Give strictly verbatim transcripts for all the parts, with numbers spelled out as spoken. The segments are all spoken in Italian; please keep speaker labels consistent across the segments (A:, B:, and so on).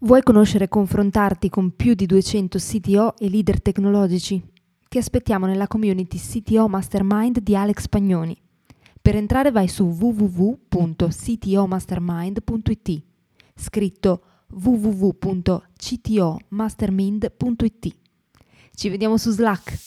A: Vuoi conoscere e confrontarti con più di duecento C T O e leader tecnologici? Ti aspettiamo nella community C T O Mastermind di Alex Pagnoni. Per entrare vai su w w w punto c t o mastermind punto i t, scritto w w w punto c t o mastermind punto i t. Ci vediamo su Slack!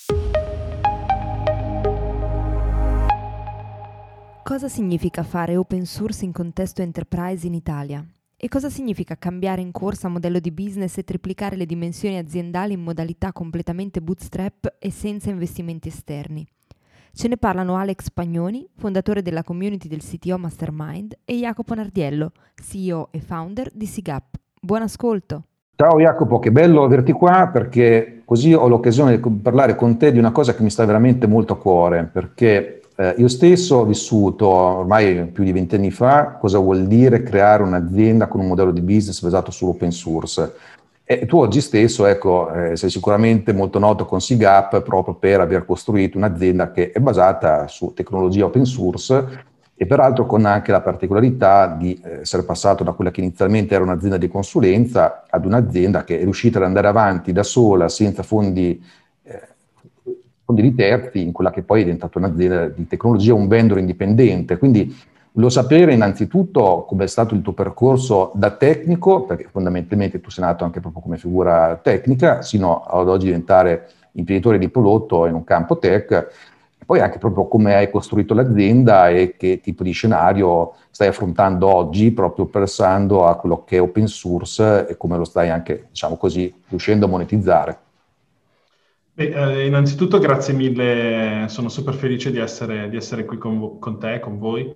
A: Cosa significa fare open source in contesto enterprise in Italia? E cosa significa cambiare in corsa modello di business e triplicare le dimensioni aziendali in modalità completamente bootstrap e senza investimenti esterni? Ce ne parlano Alex Pagnoni, fondatore della community del C T O Mastermind, e Jacopo Nardiello, C E O e founder di SIGAP. Buon ascolto!
B: Ciao Jacopo, che bello averti qua, perché così ho l'occasione di parlare con te di una cosa che mi sta veramente molto a cuore, perché eh, io stesso ho vissuto ormai più di vent'anni fa cosa vuol dire creare un'azienda con un modello di business basato sull'open source. E tu oggi stesso, ecco, eh, sei sicuramente molto noto con SIGAP proprio per aver costruito un'azienda che è basata su tecnologia open source e peraltro con anche la particolarità di essere passato da quella che inizialmente era un'azienda di consulenza ad un'azienda che è riuscita ad andare avanti da sola senza fondi, eh, fondi di terzi, in quella che poi è diventata un'azienda di tecnologia, un vendor indipendente. Quindi volevo sapere innanzitutto come è stato il tuo percorso da tecnico, perché fondamentalmente tu sei nato anche proprio come figura tecnica, sino ad oggi diventare imprenditore di prodotto in un campo tech. Poi anche proprio come hai costruito l'azienda e che tipo di scenario stai affrontando oggi, proprio pensando a quello che è open source e come lo stai anche, diciamo così, riuscendo a monetizzare.
C: Beh, eh, innanzitutto grazie mille, sono super felice di essere, di essere qui con, vo- con te, con voi.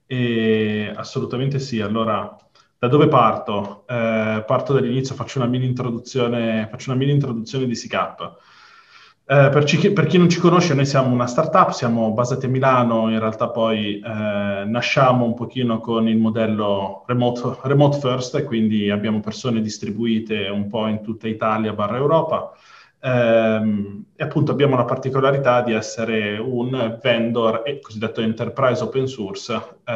C: E assolutamente sì. Allora, da dove parto? Eh, parto dall'inizio, faccio una mini introduzione, faccio una mini introduzione di SIGAP. Eh, per, ci- per chi non ci conosce, noi siamo una startup, siamo basati a Milano, in realtà poi eh, nasciamo un pochino con il modello remote, remote first, e quindi abbiamo persone distribuite un po' in tutta Italia barra Europa. Ehm, e appunto abbiamo la particolarità di essere un vendor e cosiddetto enterprise open source,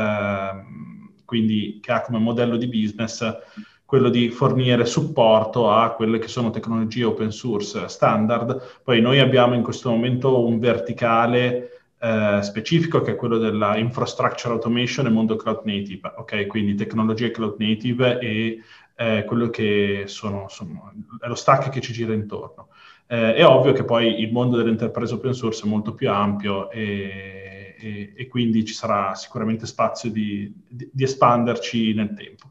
C: ehm, quindi che ha come modello di business quello di fornire supporto a quelle che sono tecnologie open source standard. Poi noi abbiamo in questo momento un verticale eh, specifico che è quello della infrastructure automation e mondo cloud native, ok? Quindi tecnologie cloud native e eh, quello che sono, sono, è lo stack che ci gira intorno. Eh, è ovvio che poi il mondo dell'enterprise open source è molto più ampio e, e, e quindi ci sarà sicuramente spazio di, di, di espanderci nel tempo.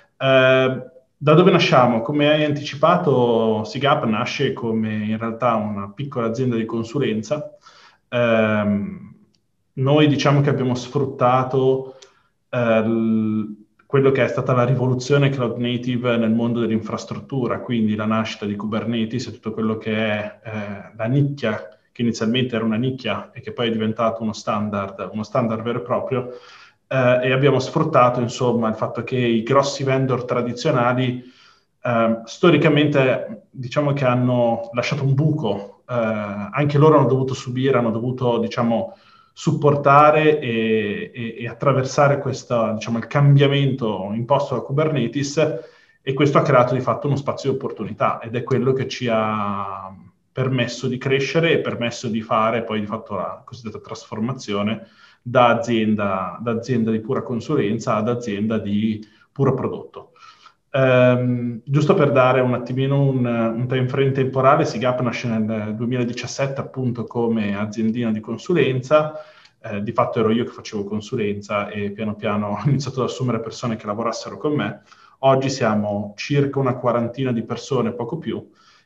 C: Eh, da dove nasciamo? Come hai anticipato, SIGAP nasce come in realtà una piccola azienda di consulenza. Eh, noi diciamo che abbiamo sfruttato eh, l- quello che è stata la rivoluzione cloud native nel mondo dell'infrastruttura, quindi la nascita di Kubernetes e tutto quello che è eh, la nicchia, che inizialmente era una nicchia e che poi è diventato uno standard, uno standard vero e proprio, eh, e abbiamo sfruttato insomma il fatto che i grossi vendor tradizionali eh, storicamente diciamo che hanno lasciato un buco, eh, anche loro hanno dovuto subire, hanno dovuto diciamo supportare e, e, e attraversare questo, diciamo, il cambiamento imposto da Kubernetes, e questo ha creato di fatto uno spazio di opportunità ed è quello che ci ha permesso di crescere e permesso di fare poi di fatto la cosiddetta trasformazione da azienda, da azienda di pura consulenza ad azienda di puro prodotto. Um, giusto per dare un attimino un, un time frame temporale, SIGAP nasce nel duemiladiciassette appunto come aziendina di consulenza. Eh, di fatto ero io che facevo consulenza e piano piano ho iniziato ad assumere persone che lavorassero con me. Oggi siamo circa una quarantina di persone, poco più,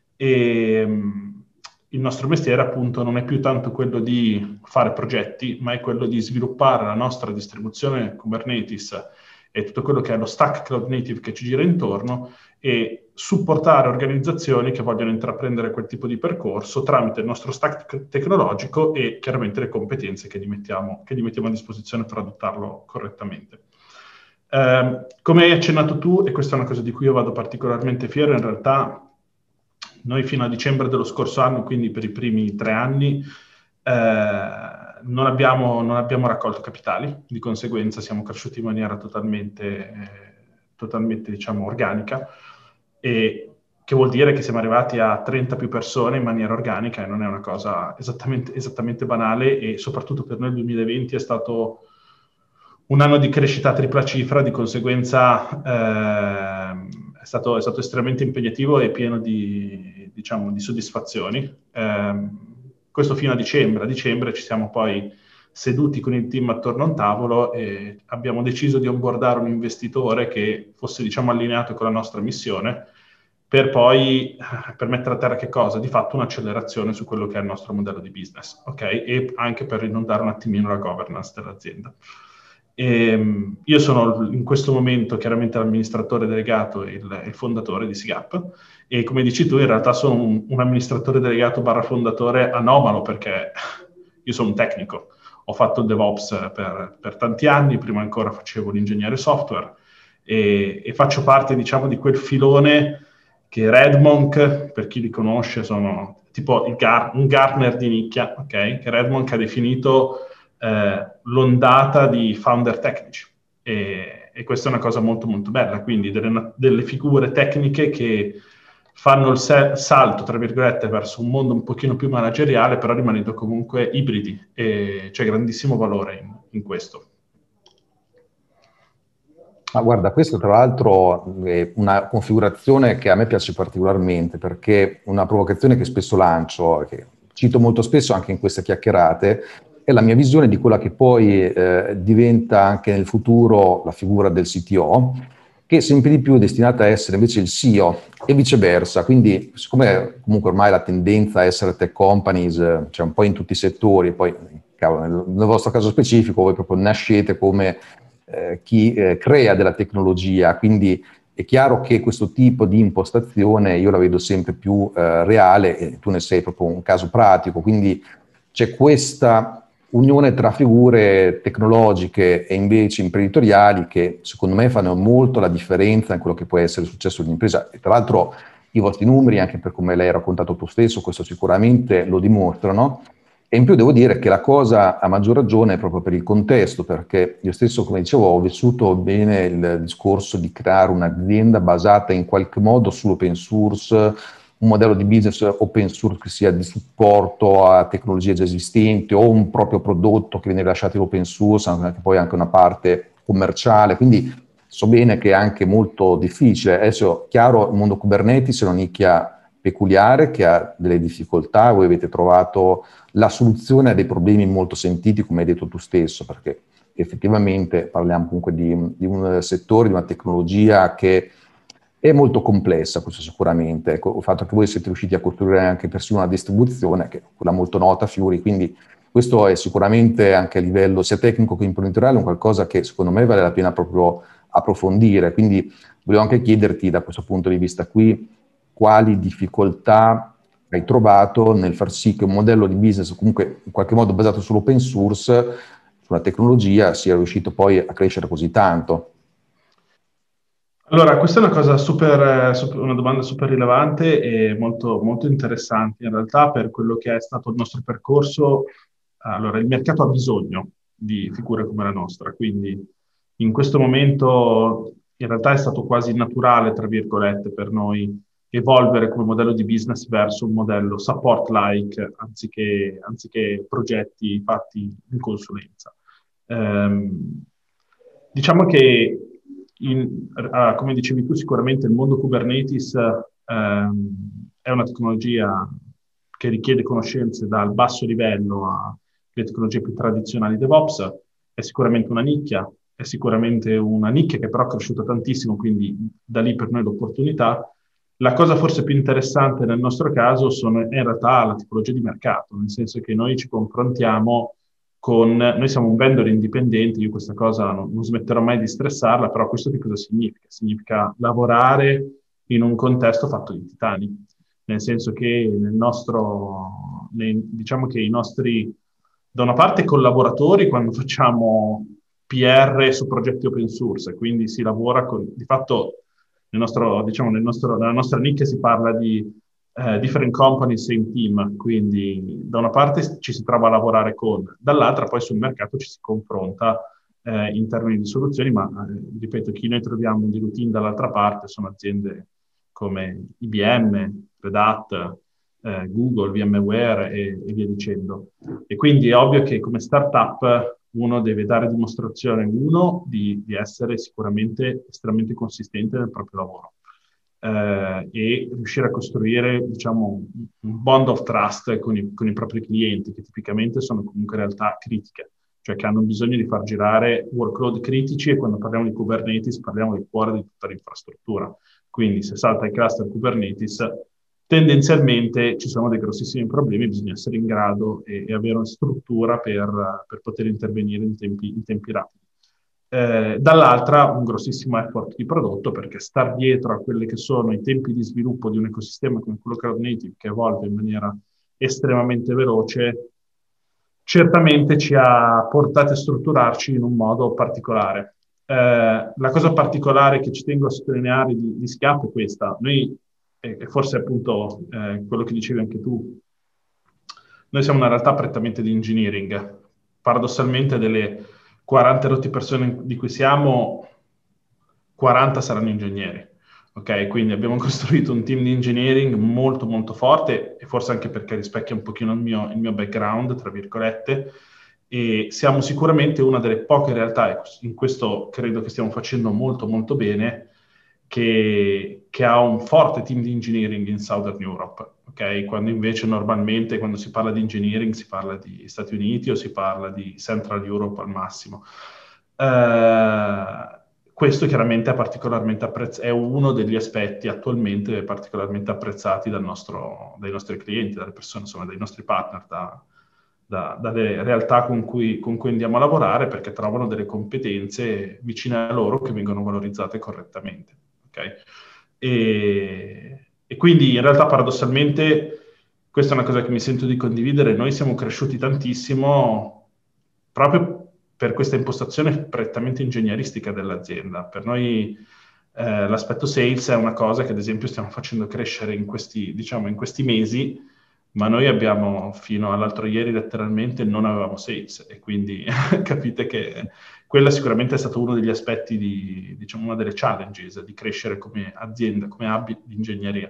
C: e um, il nostro mestiere appunto non è più tanto quello di fare progetti, ma è quello di sviluppare la nostra distribuzione Kubernetes e tutto quello che è lo stack cloud native che ci gira intorno e supportare organizzazioni che vogliono intraprendere quel tipo di percorso tramite il nostro stack tecnologico e chiaramente le competenze che gli mettiamo, che gli mettiamo a disposizione per adottarlo correttamente. Eh, come hai accennato tu, e questa è una cosa di cui io vado particolarmente fiero, in realtà noi fino a dicembre dello scorso anno, quindi per i primi tre anni, eh, non abbiamo, non abbiamo raccolto capitali, di conseguenza siamo cresciuti in maniera totalmente, eh, totalmente diciamo, organica e che vuol dire che siamo arrivati a trenta più persone in maniera organica e non è una cosa esattamente, esattamente banale, e soprattutto per noi il duemilaventi è stato un anno di crescita a tripla cifra, di conseguenza eh, è, stato, è stato estremamente impegnativo e pieno di, diciamo, di soddisfazioni. Eh, questo fino a dicembre. A dicembre ci siamo poi seduti con il team attorno a un tavolo e abbiamo deciso di onboardare un investitore che fosse, diciamo, allineato con la nostra missione, per poi per mettere a terra che cosa? Di fatto un'accelerazione su quello che è il nostro modello di business, ok? E anche per inondare un attimino la governance dell'azienda. E, io sono in questo momento chiaramente l'amministratore delegato e il, il fondatore di SIGAP, e come dici tu in realtà sono un, un amministratore delegato barra fondatore anomalo, perché io sono un tecnico, ho fatto il DevOps per, per tanti anni, prima ancora facevo l'ingegnere software e, e faccio parte, diciamo, di quel filone che Redmonk, per chi li conosce, sono tipo il Gar- un Gartner di nicchia, ok? Che Redmonk ha definito eh, l'ondata di founder tecnici. E, e questa è una cosa molto molto bella, quindi delle, delle figure tecniche che fanno il se- salto, tra virgolette, verso un mondo un pochino più manageriale, però rimanendo comunque ibridi, e c'è grandissimo valore in, in questo.
B: Ma guarda, questo tra l'altro è una configurazione che a me piace particolarmente, perché una provocazione che spesso lancio, che cito molto spesso anche in queste chiacchierate, è la mia visione di quella che poi eh, diventa anche nel futuro la figura del C T O, che sempre di più è destinata a essere invece il C E O e viceversa. Quindi, siccome comunque ormai la tendenza a essere tech companies c'è cioè un po' in tutti i settori, poi cavolo, nel, nel vostro caso specifico voi proprio nascete come eh, chi eh, crea della tecnologia, quindi è chiaro che questo tipo di impostazione io la vedo sempre più eh, reale, e tu ne sei proprio un caso pratico, quindi c'è questa unione tra figure tecnologiche e invece imprenditoriali che secondo me fanno molto la differenza in quello che può essere il successo di un'impresa. E tra l'altro i vostri numeri, anche per come l'hai raccontato tu stesso, questo sicuramente lo dimostrano. E in più devo dire che la cosa a maggior ragione è proprio per il contesto, perché io stesso, come dicevo, ho vissuto bene il discorso di creare un'azienda basata in qualche modo sull'open source, un modello di business open source che sia di supporto a tecnologie già esistenti o un proprio prodotto che viene rilasciato in open source, anche poi anche una parte commerciale. Quindi so bene che è anche molto difficile. Adesso, chiaro, il mondo Kubernetes è una nicchia peculiare che ha delle difficoltà, voi avete trovato la soluzione a dei problemi molto sentiti, come hai detto tu stesso, perché effettivamente parliamo comunque di, di un settore, di una tecnologia che è molto complessa, questo sicuramente. Ecco, il fatto che voi siete riusciti a costruire anche persino una distribuzione, che è quella molto nota, Fiori, quindi questo è sicuramente anche a livello sia tecnico che imprenditoriale un qualcosa che secondo me vale la pena proprio approfondire. Quindi volevo anche chiederti da questo punto di vista qui quali difficoltà hai trovato nel far sì che un modello di business comunque in qualche modo basato sull'open source, sulla tecnologia, sia riuscito poi a crescere così tanto.
C: Allora, questa è una cosa super, eh, super- una domanda super rilevante e molto, molto interessante in realtà per quello che è stato il nostro percorso. Allora, il mercato ha bisogno di figure come la nostra, quindi in questo momento in realtà è stato quasi naturale, tra virgolette, per noi evolvere come modello di business verso un modello support-like anziché, anziché progetti fatti in consulenza. Ehm, diciamo che, in- ah, come dicevi tu, sicuramente il mondo Kubernetes ehm, è una tecnologia che richiede conoscenze dal basso livello alle tecnologie più tradizionali DevOps, è sicuramente una nicchia, è sicuramente una nicchia che però è cresciuta tantissimo, quindi da lì per noi l'opportunità. La cosa forse più interessante nel nostro caso sono in realtà la tipologia di mercato, nel senso che noi ci confrontiamo con, noi siamo un vendor indipendente, io questa cosa non, non smetterò mai di stressarla, però questo che cosa significa? Significa lavorare in un contesto fatto di titani, nel senso che nel nostro, nei, diciamo che i nostri, da una parte collaboratori quando facciamo P R su progetti open source, quindi si lavora con, di fatto nel nostro, diciamo, nel nostro, nella nostra nicchia si parla di eh, different company, same team, quindi da una parte ci si trova a lavorare con, dall'altra poi sul mercato ci si confronta eh, in termini di soluzioni, ma eh, ripeto, chi noi troviamo di routine dall'altra parte sono aziende come I B M, Red Hat, eh, Google, VMware e, e via dicendo. E quindi è ovvio che come startup uno deve dare dimostrazione, uno, di, di essere sicuramente estremamente consistente nel proprio lavoro eh, e riuscire a costruire, diciamo, un bond of trust con i, con i propri clienti, che tipicamente sono comunque realtà critiche, cioè che hanno bisogno di far girare workload critici, e quando parliamo di Kubernetes parliamo del cuore di tutta l'infrastruttura. Quindi se salta il cluster Kubernetes, tendenzialmente ci sono dei grossissimi problemi, bisogna essere in grado e, e avere una struttura per, per poter intervenire in tempi, in tempi rapidi. Eh, dall'altra un grossissimo effort di prodotto, perché star dietro a quelli che sono i tempi di sviluppo di un ecosistema come quello cloud native, che evolve in maniera estremamente veloce, certamente ci ha portato a strutturarci in un modo particolare. Eh, la cosa particolare che ci tengo a sottolineare di, di Schiapp è questa. Noi, e eh, forse appunto eh, quello che dicevi anche tu, noi siamo una realtà prettamente di engineering. Paradossalmente delle quaranta rotti persone di cui siamo, quaranta saranno ingegneri. Ok, quindi abbiamo costruito un team di engineering molto molto forte, e forse anche perché rispecchia un pochino il mio, il mio background, tra virgolette, e siamo sicuramente una delle poche realtà, e in questo credo che stiamo facendo molto molto bene, che, che ha un forte team di engineering in Southern Europe, ok? Quando invece normalmente quando si parla di engineering si parla di Stati Uniti o si parla di Central Europe al massimo. Uh, questo chiaramente è particolarmente apprezz- è uno degli aspetti attualmente particolarmente apprezzati dal nostro, dai nostri clienti, dalle persone, insomma, dai nostri partner, da, da, dalle realtà con cui, con cui andiamo a lavorare, perché trovano delle competenze vicine a loro che vengono valorizzate correttamente. Okay? E, e quindi in realtà paradossalmente questa è una cosa che mi sento di condividere. Noi siamo cresciuti tantissimo proprio per questa impostazione prettamente ingegneristica dell'azienda. Per noi eh, l'aspetto sales è una cosa che ad esempio stiamo facendo crescere in questi, diciamo, in questi mesi, ma noi abbiamo fino all'altro ieri letteralmente non avevamo sales, e quindi capite che quella sicuramente è stato uno degli aspetti di, diciamo, una delle challenges di crescere come azienda, come hub di ingegneria.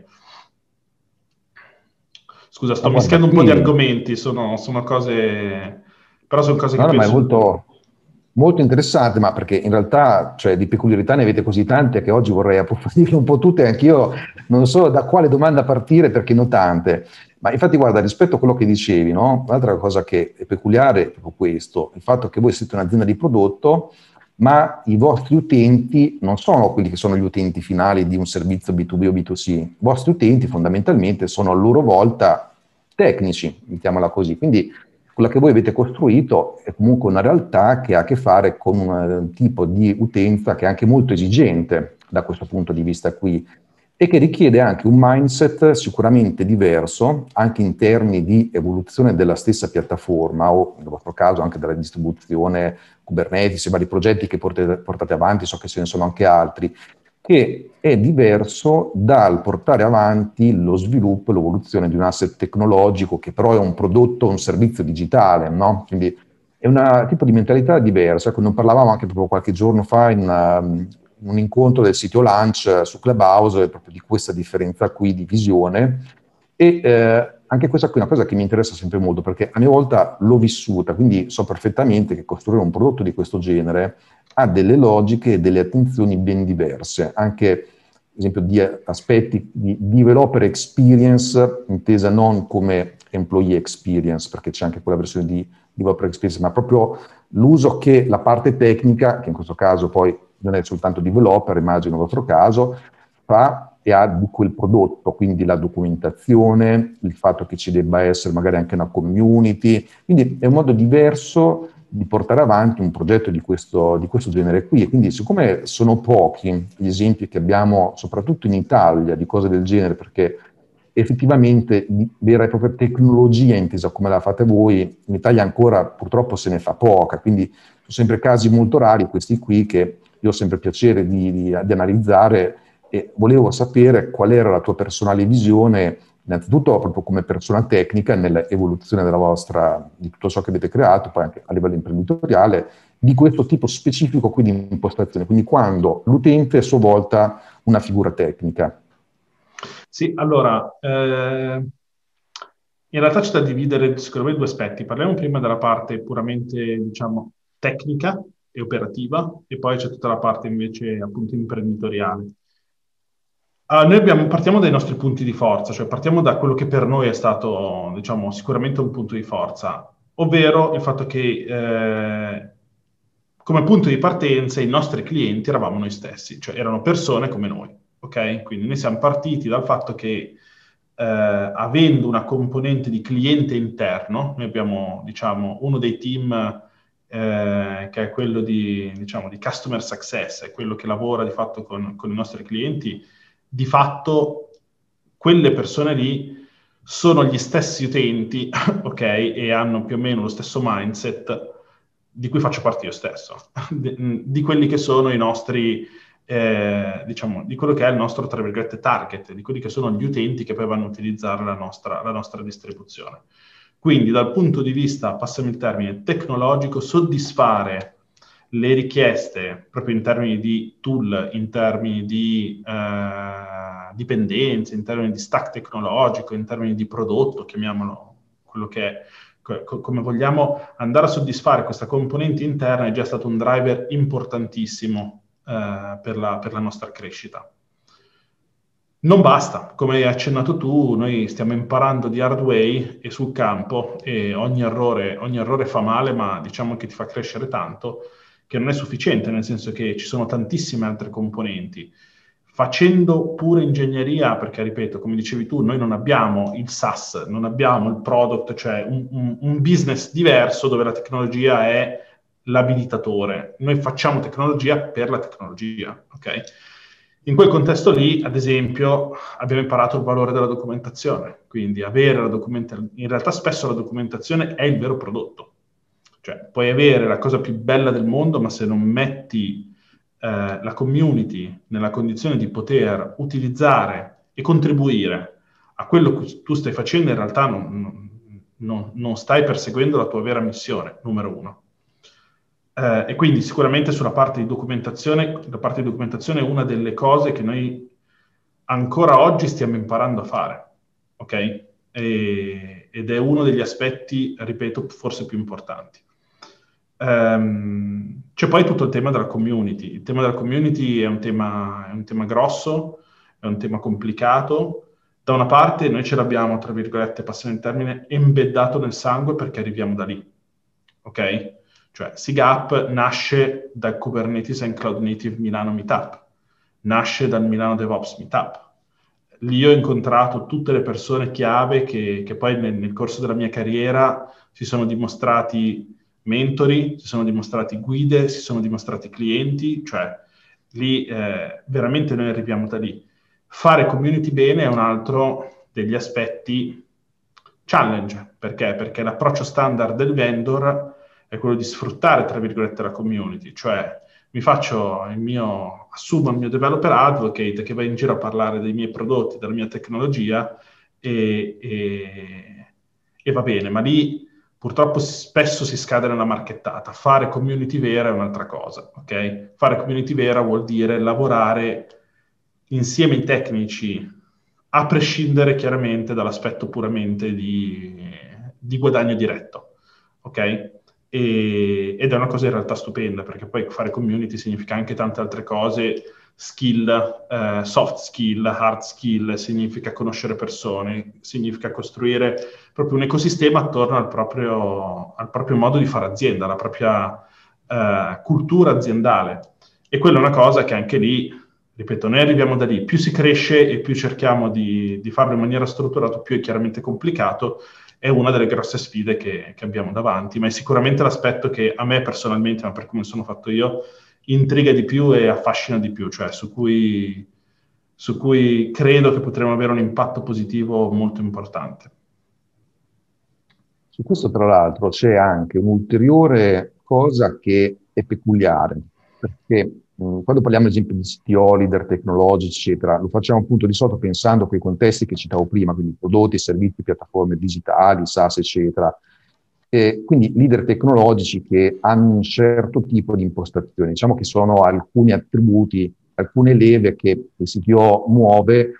C: Scusa, sto
B: Ah, guarda,
C: mischiando un po' di
B: qui...
C: argomenti, sono, sono cose, però sono cose
B: No,
C: che
B: no, ma è
C: penso...
B: molto, molto interessante, ma perché in realtà, cioè, di peculiarità ne avete così tante che oggi vorrei approfondirle un po' tutte, anch'io non so da quale domanda partire perché ne ho tante. Ma infatti, guarda, rispetto a quello che dicevi, no? Un'altra cosa che è peculiare è proprio questo, il fatto che voi siete un'azienda di prodotto, ma i vostri utenti non sono quelli che sono gli utenti finali di un servizio B due B o B due C. I vostri utenti fondamentalmente sono a loro volta tecnici, mettiamola così. Quindi quella che voi avete costruito è comunque una realtà che ha a che fare con un tipo di utenza che è anche molto esigente da questo punto di vista qui, e che richiede anche un mindset sicuramente diverso, anche in termini di evoluzione della stessa piattaforma, o nel vostro caso anche della distribuzione Kubernetes, i vari progetti che portate, portate avanti, so che ce ne sono anche altri, che è diverso dal portare avanti lo sviluppo e l'evoluzione di un asset tecnologico che però è un prodotto, un servizio digitale, no? Quindi è un tipo di mentalità diversa. Ecco, non parlavamo anche proprio qualche giorno fa in una, un incontro del sito Launch su Clubhouse, proprio di questa differenza qui di visione, e eh, anche questa qui è una cosa che mi interessa sempre molto, perché a mia volta l'ho vissuta, quindi so perfettamente che costruire un prodotto di questo genere ha delle logiche e delle attenzioni ben diverse, anche ad esempio di aspetti di developer experience, intesa non come employee experience, perché c'è anche quella versione di developer experience, ma proprio l'uso che la parte tecnica, che in questo caso poi non è soltanto developer, immagino nel vostro caso, fa e ha di quel prodotto, quindi la documentazione, il fatto che ci debba essere magari anche una community, quindi è un modo diverso di portare avanti un progetto di questo, di questo genere qui. E quindi siccome sono pochi gli esempi che abbiamo, soprattutto in Italia, di cose del genere, perché effettivamente di vera e propria tecnologia intesa come la fate voi, in Italia ancora purtroppo se ne fa poca, quindi sono sempre casi molto rari questi qui che io ho sempre piacere di, di, di analizzare, e volevo sapere qual era la tua personale visione, innanzitutto proprio come persona tecnica nell'evoluzione della vostra, di tutto ciò che avete creato, poi anche a livello imprenditoriale, di questo tipo specifico qui di impostazione, quindi quando l'utente è a sua volta una figura tecnica.
C: Sì, allora, eh, in realtà c'è da dividere secondo me due aspetti. Parliamo prima della parte puramente, diciamo, tecnica e operativa, e poi c'è tutta la parte invece appunto imprenditoriale. Ah, noi abbiamo- partiamo dai nostri punti di forza, cioè partiamo da quello che per noi è stato, diciamo, sicuramente un punto di forza, ovvero il fatto che eh, come punto di partenza i nostri clienti eravamo noi stessi, cioè erano persone come noi, ok? Quindi noi siamo partiti dal fatto che eh, avendo una componente di cliente interno, noi abbiamo, diciamo, uno dei team eh, che è quello di, diciamo, di customer success, è quello che lavora di fatto con, con i nostri clienti, di fatto quelle persone lì sono gli stessi utenti, ok, e hanno più o meno lo stesso mindset di cui faccio parte io stesso, di, di quelli che sono i nostri, eh, diciamo, di quello che è il nostro, tra virgolette, target, di quelli che sono gli utenti che poi vanno a utilizzare la nostra, la nostra distribuzione. Quindi dal punto di vista, passami il termine, tecnologico, soddisfare le richieste proprio in termini di tool, in termini di eh, dipendenze, in termini di stack tecnologico, in termini di prodotto, chiamiamolo quello che è, co- come vogliamo andare a soddisfare questa componente interna, è già stato un driver importantissimo eh, per la, per la nostra crescita. Non basta, come hai accennato tu, noi stiamo imparando di hard way e sul campo e ogni errore, ogni errore fa male, ma diciamo che ti fa crescere tanto, che non è sufficiente, nel senso che ci sono tantissime altre componenti. Facendo pure ingegneria, perché ripeto, come dicevi tu, noi non abbiamo il SaaS, non abbiamo il product, cioè un, un, un business diverso dove la tecnologia è l'abilitatore. Noi facciamo tecnologia per la tecnologia, ok? In quel contesto lì, ad esempio, abbiamo imparato il valore della documentazione, quindi avere la documentazione, in realtà spesso la documentazione è il vero prodotto, cioè puoi avere la cosa più bella del mondo, ma se non metti eh, la community nella condizione di poter utilizzare e contribuire a quello che tu stai facendo, in realtà non, non, non stai perseguendo la tua vera missione, numero uno. Eh, e quindi sicuramente sulla parte di documentazione, la parte di documentazione è una delle cose che noi ancora oggi stiamo imparando a fare, ok? E, ed è uno degli aspetti, ripeto, forse più importanti. Um, c'è poi tutto il tema della community. Il tema della community è un tema, è un tema grosso, è un tema complicato. Da una parte noi ce l'abbiamo, tra virgolette, passando il termine, embeddato nel sangue perché arriviamo da lì, ok? Cioè, SIGAP nasce dal Kubernetes and Cloud Native Milano Meetup, nasce dal Milano DevOps Meetup. Lì ho incontrato tutte le persone chiave che, che poi nel, nel corso della mia carriera si sono dimostrati mentori, si sono dimostrati guide, si sono dimostrati clienti, cioè lì eh, veramente noi arriviamo da lì. Fare community bene è un altro degli aspetti challenge, perché? Perché l'approccio standard del vendor è quello di sfruttare, tra virgolette, la community, cioè mi faccio il mio, assumo il mio developer advocate che va in giro a parlare dei miei prodotti, della mia tecnologia e, e, e va bene, ma lì purtroppo spesso si scade nella marchettata. Fare community vera è un'altra cosa, ok? Fare community vera vuol dire lavorare insieme ai tecnici, a prescindere chiaramente dall'aspetto puramente di, di guadagno diretto, ok? E, ed è una cosa in realtà stupenda, perché poi fare community significa anche tante altre cose, skill, eh, soft skill, hard skill, significa conoscere persone, significa costruire proprio un ecosistema attorno al proprio, al proprio modo di fare azienda, alla propria eh, cultura aziendale. E quella è una cosa che anche lì, ripeto, noi arriviamo da lì, più si cresce e più cerchiamo di, di farlo in maniera strutturata, più è chiaramente complicato, è una delle grosse sfide che, che abbiamo davanti, ma è sicuramente l'aspetto che a me personalmente, ma per come sono fatto io, intriga di più e affascina di più, cioè su cui, su cui credo che potremo avere un impatto positivo molto importante.
B: Su questo, tra l'altro, c'è anche un'ulteriore cosa che è peculiare, perché mh, quando parliamo, ad esempio, di C T O, leader tecnologici, eccetera, lo facciamo appunto di solito pensando a quei contesti che citavo prima, quindi prodotti, servizi, piattaforme digitali, SaaS, eccetera. E quindi leader tecnologici che hanno un certo tipo di impostazione. Diciamo che sono alcuni attributi, alcune leve che il C T O muove,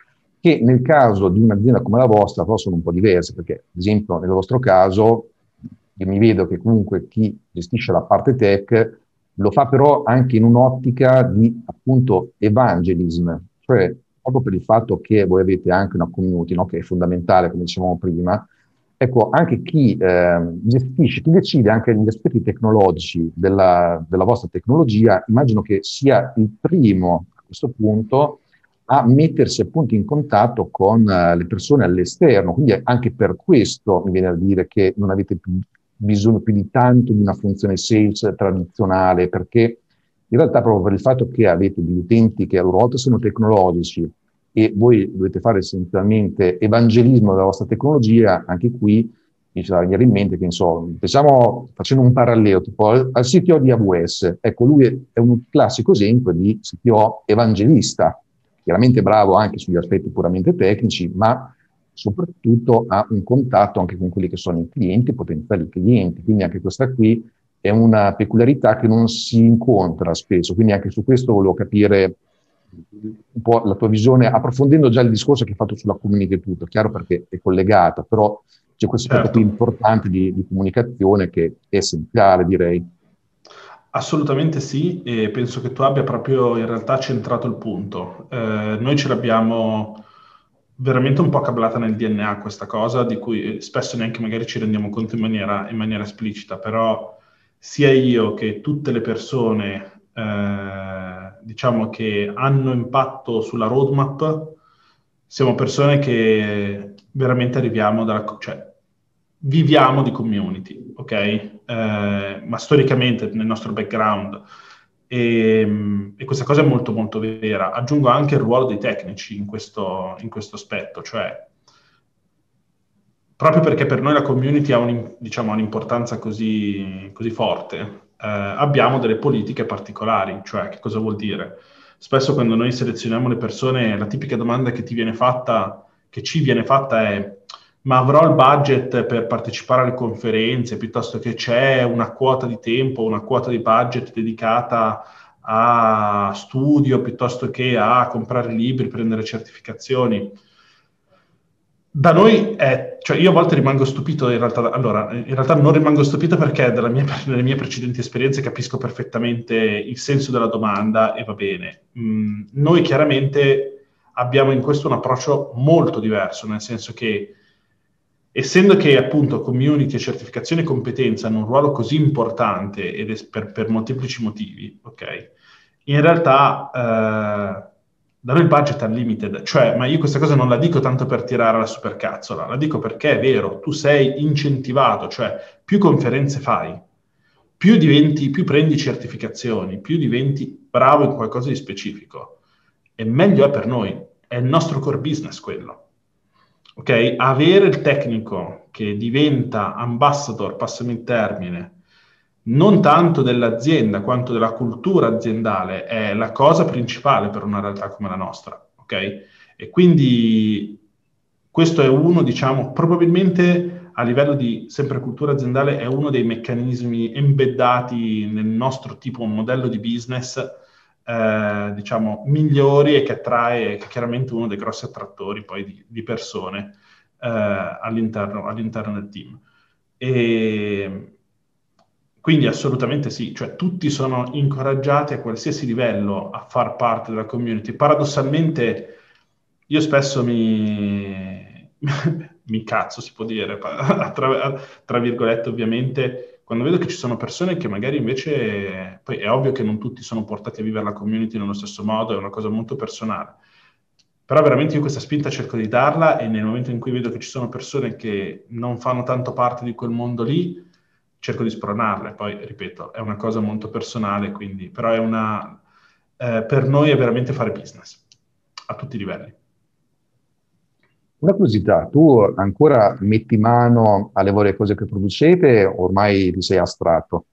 B: che nel caso di un'azienda come la vostra però sono un po' diverse, perché ad esempio nel vostro caso io mi vedo che comunque chi gestisce la parte tech lo fa però anche in un'ottica di appunto evangelism, cioè proprio per il fatto che voi avete anche una community, no, che è fondamentale, come dicevamo prima. Ecco, anche chi eh, gestisce, chi decide anche gli aspetti tecnologici della, della vostra tecnologia, immagino che sia il primo a questo punto a mettersi appunto in contatto con eh, le persone all'esterno. Quindi anche per questo mi viene a dire che non avete più bisogno più di tanto di una funzione sales tradizionale, perché in realtà proprio per il fatto che avete degli utenti che a loro volta sono tecnologici e voi dovete fare essenzialmente evangelismo della vostra tecnologia, anche qui mi fa venire in mente che, insomma, pensiamo, facendo un parallelo, tipo al, al C T O di A W S, ecco, lui è un classico esempio di C T O evangelista, chiaramente bravo anche sugli aspetti puramente tecnici, ma soprattutto ha un contatto anche con quelli che sono i clienti, i potenziali clienti, quindi anche questa qui è una peculiarità che non si incontra spesso, quindi anche su questo volevo capire un po' la tua visione, approfondendo già il discorso che hai fatto sulla community e tutto, chiaro perché è collegata, però c'è questo aspetto qui
C: Certo.
B: importante di, di comunicazione che è essenziale, direi.
C: Assolutamente sì, e penso che tu abbia proprio in realtà centrato il punto. Eh, noi ce l'abbiamo veramente un po' cablata nel D N A questa cosa, di cui spesso neanche magari ci rendiamo conto in maniera, in maniera esplicita, però sia io che tutte le persone, eh, diciamo che hanno impatto sulla roadmap, siamo persone che veramente arriviamo dalla, cioè, viviamo di community, ok? Eh, ma storicamente nel nostro background. E, e questa cosa è molto molto vera. Aggiungo anche il ruolo dei tecnici in questo, in questo aspetto, cioè proprio perché per noi la community ha, un, diciamo, ha un'importanza così, così forte, eh, abbiamo delle politiche particolari, cioè che cosa vuol dire? Spesso quando noi selezioniamo le persone, la tipica domanda che ti viene fatta, che ci viene fatta è: ma avrò il budget per partecipare alle conferenze, piuttosto che c'è una quota di tempo, una quota di budget dedicata a studio, piuttosto che a comprare libri, prendere certificazioni. Da noi è, cioè io a volte rimango stupito in realtà, allora, in realtà non rimango stupito perché dalla mia, dalle mie precedenti esperienze capisco perfettamente il senso della domanda e va bene. Mm, noi chiaramente abbiamo in questo un approccio molto diverso, nel senso che essendo che appunto community e certificazione e competenza hanno un ruolo così importante ed è per, per molteplici motivi, ok? In realtà eh, da noi il budget è unlimited, cioè, ma io questa cosa non la dico tanto per tirare la supercazzola, la dico perché è vero, tu sei incentivato, cioè più conferenze fai, più diventi, più prendi certificazioni, più diventi bravo in qualcosa di specifico, e meglio è per noi, è il nostro core business quello. Ok? Avere il tecnico che diventa ambassador, passami il termine, non tanto dell'azienda quanto della cultura aziendale, è la cosa principale per una realtà come la nostra, ok? E quindi questo è uno, diciamo, probabilmente a livello di sempre cultura aziendale è uno dei meccanismi embeddati nel nostro tipo modello di business, eh, diciamo, migliori e che attrae, che è chiaramente uno dei grossi attrattori poi di, di persone eh, all'interno, all'interno del team. E quindi assolutamente sì, cioè tutti sono incoraggiati a qualsiasi livello a far parte della community. Paradossalmente io spesso mi, mi incazzo, si può dire, tra, tra virgolette ovviamente, quando vedo che ci sono persone che magari invece, poi è ovvio che non tutti sono portati a vivere la community nello stesso modo, è una cosa molto personale, però veramente io questa spinta cerco di darla e nel momento in cui vedo che ci sono persone che non fanno tanto parte di quel mondo lì, cerco di spronarle. Poi, ripeto, è una cosa molto personale, quindi, però è una, eh, per noi è veramente fare business, a tutti i livelli.
B: Una curiosità, tu ancora metti mano alle varie cose che producete o ormai ti sei astratto?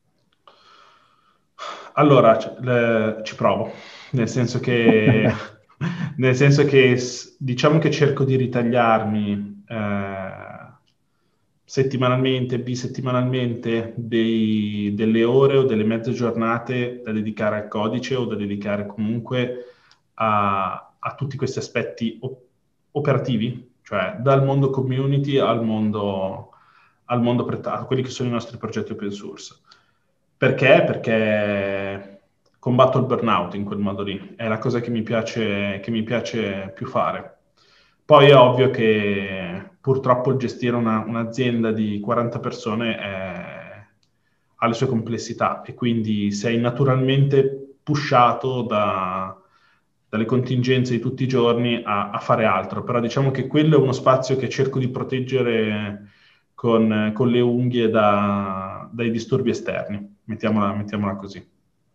C: Allora, c- le- ci provo, nel senso che, nel senso che s- diciamo che cerco di ritagliarmi eh, settimanalmente, bisettimanalmente dei- delle ore o delle mezze giornate da dedicare al codice o da dedicare comunque a, a tutti questi aspetti, o- operativi, cioè dal mondo community al mondo, al mondo prettato, quelli che sono i nostri progetti open source. Perché? Perché combatto il burnout in quel modo lì, è la cosa che mi piace, che mi piace più fare. Poi è ovvio che purtroppo gestire una, un'azienda di quaranta persone è, ha le sue complessità e quindi sei naturalmente pushato da, dalle contingenze di tutti i giorni a, a fare altro. Però diciamo che quello è uno spazio che cerco di proteggere con, con le unghie da, dai disturbi esterni, mettiamola, mettiamola così.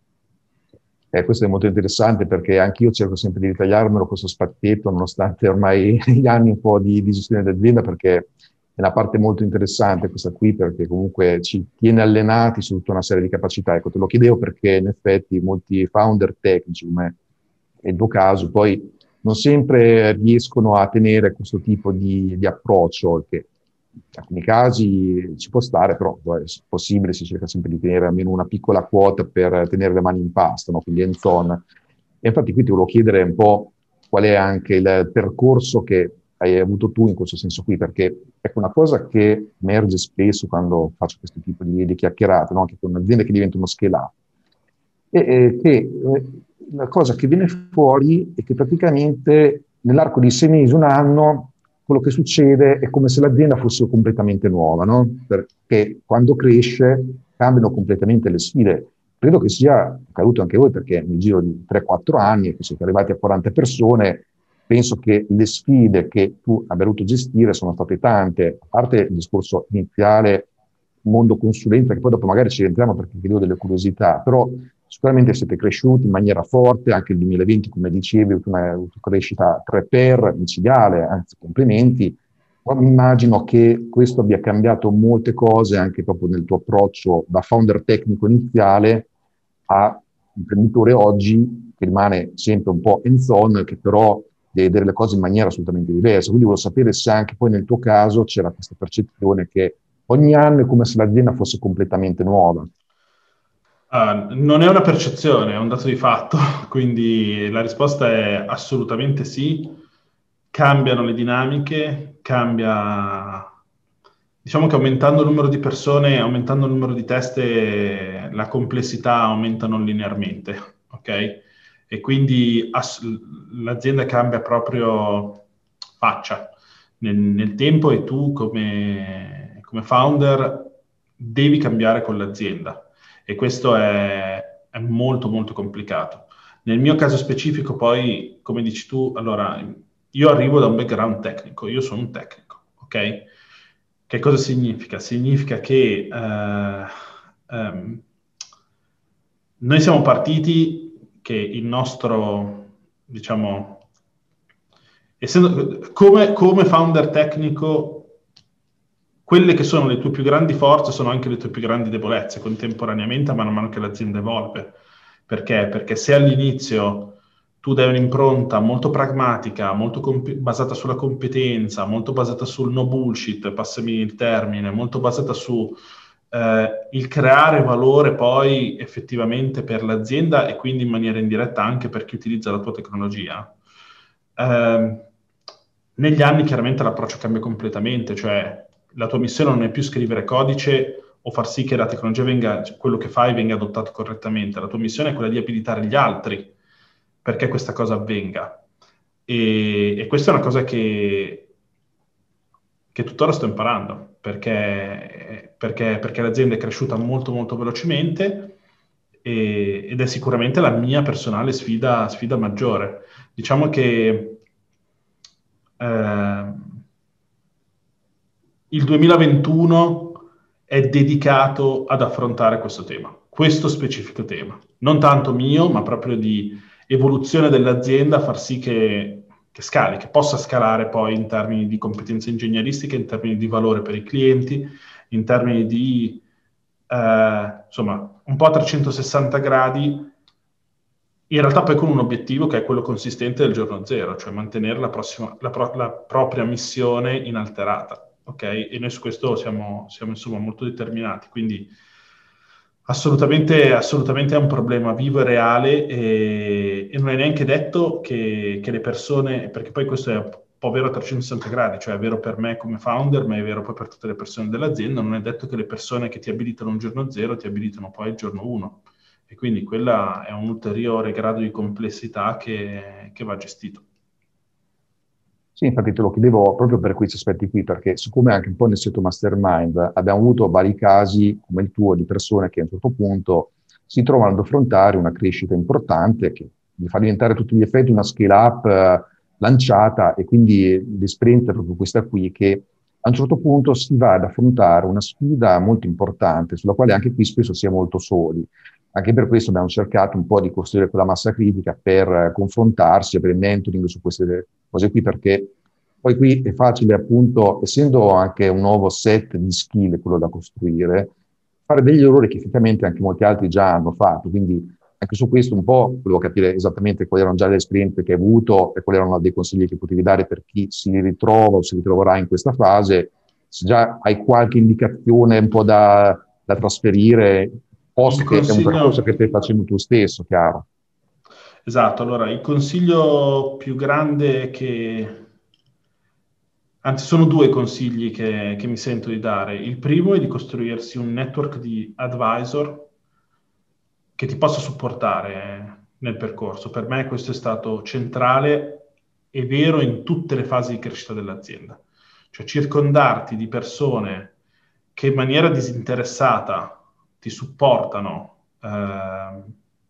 B: Eh, questo è molto interessante perché anch'io cerco sempre di ritagliarmelo questo spacchetto, nonostante ormai gli anni un po' di, di gestione d'azienda, perché è una parte molto interessante questa qui, perché comunque ci tiene allenati su tutta una serie di capacità. Ecco, te lo chiedevo perché in effetti molti founder tecnici, come è il tuo caso, poi non sempre riescono a tenere questo tipo di, di approccio, che in alcuni casi ci può stare, però è possibile, si cerca sempre di tenere almeno una piccola quota per tenere le mani in pasta, no? Quindi hands on. E infatti qui ti volevo chiedere un po' qual è anche il percorso che hai avuto tu in questo senso qui, perché è una cosa che emerge spesso quando faccio questo tipo di, di chiacchierate, no? Anche con aziende che diventano scale-up, e, e che eh, la cosa che viene fuori è che praticamente nell'arco di sei mesi, un anno, quello che succede è come se l'azienda fosse completamente nuova, no? Perché quando cresce cambiano completamente le sfide. Credo che sia accaduto anche a voi, perché nel giro di tre quattro anni, che siete arrivati a quaranta persone, penso che le sfide che tu abbia dovuto gestire sono state tante, a parte il discorso iniziale, mondo consulenza, che poi dopo magari ci rientriamo perché chiedo delle curiosità, però sicuramente siete cresciuti in maniera forte, anche il duemilaventi, come dicevi, ha una, una crescita tre per, micidiale, anzi complimenti. Ma mi immagino che questo abbia cambiato molte cose anche proprio nel tuo approccio da founder tecnico iniziale a imprenditore oggi, che rimane sempre un po' hands-on, che però deve vedere le cose in maniera assolutamente diversa. Quindi volevo sapere se anche poi nel tuo caso c'era questa percezione che ogni anno è come se l'azienda fosse completamente nuova.
C: Uh, non è una percezione, è un dato di fatto, quindi la risposta è assolutamente sì. Cambiano le dinamiche, cambia, diciamo che aumentando il numero di persone, aumentando il numero di teste, la complessità aumenta non linearmente, ok? E quindi ass- l'azienda cambia proprio faccia nel, nel tempo e tu come, come founder devi cambiare con l'azienda. E questo è, è molto molto complicato. Nel mio caso specifico poi, come dici tu, allora, io arrivo da un background tecnico, io sono un tecnico, ok? Che cosa significa? Significa che eh, ehm, noi siamo partiti che il nostro, diciamo, essendo, come, come founder tecnico, quelle che sono le tue più grandi forze sono anche le tue più grandi debolezze contemporaneamente, man mano che l'azienda evolve. Perché? Perché se all'inizio tu dai un'impronta molto pragmatica, molto comp- basata sulla competenza, molto basata sul no bullshit, passami il termine, molto basata su eh, il creare valore poi effettivamente per l'azienda e quindi in maniera indiretta anche per chi utilizza la tua tecnologia. Eh, negli anni chiaramente l'approccio cambia completamente, cioè la tua missione non è più scrivere codice o far sì che la tecnologia venga, cioè, quello che fai venga adottato correttamente. La tua missione è quella di abilitare gli altri perché questa cosa avvenga. E, e questa è una cosa che, che tuttora sto imparando, perché, perché, perché l'azienda è cresciuta molto molto velocemente e, ed è sicuramente la mia personale sfida, sfida maggiore. Diciamo che eh, il duemilaventuno è dedicato ad affrontare questo tema, questo specifico tema. Non tanto mio, ma proprio di evoluzione dell'azienda, far sì che, che scali, che possa scalare poi in termini di competenze ingegneristiche, in termini di valore per i clienti, in termini di, eh, insomma, un po' a trecentosessanta gradi, in realtà poi con un obiettivo che è quello consistente del giorno zero, cioè mantenere la, prossima, la, pro, la propria missione inalterata, ok? E noi su questo siamo, siamo insomma molto determinati, quindi assolutamente, assolutamente è un problema vivo e reale e, e non è neanche detto che, che le persone, perché poi questo è po' vero a trecentosessanta gradi, cioè è vero per me come founder, ma è vero poi per tutte le persone dell'azienda. Non è detto che le persone che ti abilitano un giorno zero ti abilitano poi il giorno uno, e quindi quella è un ulteriore grado di complessità che, che va gestito.
B: Sì, infatti te lo chiedevo proprio per questi aspetti qui, perché siccome anche un po' nel sito mastermind abbiamo avuto vari casi come il tuo di persone che a un certo punto si trovano ad affrontare una crescita importante che gli fa diventare a tutti gli effetti una scale up eh, lanciata, e quindi l'esperienza è proprio questa qui, che a un certo punto si va ad affrontare una sfida molto importante sulla quale anche qui spesso si è molto soli. Anche per questo abbiamo cercato un po' di costruire quella massa critica per eh, confrontarsi, per il mentoring su queste cose qui, perché poi qui è facile, appunto, essendo anche un nuovo set di skill, quello da costruire, fare degli errori che effettivamente anche molti altri già hanno fatto. Quindi anche su questo un po' volevo capire esattamente quali erano già le esperienze che hai avuto e quali erano dei consigli che potevi dare per chi si ritrova o si ritroverà in questa fase. Se già hai qualche indicazione un po' da, da trasferire,
C: Il
B: posto che è un percorso che
C: consiglio...
B: stai facendo tu stesso, chiaro.
C: Esatto, allora il consiglio più grande che... Anzi, sono due consigli che, che mi sento di dare. Il primo è di costruirsi un network di advisor che ti possa supportare nel percorso. Per me questo è stato centrale e vero in tutte le fasi di crescita dell'azienda. Cioè circondarti di persone che in maniera disinteressata ti supportano eh,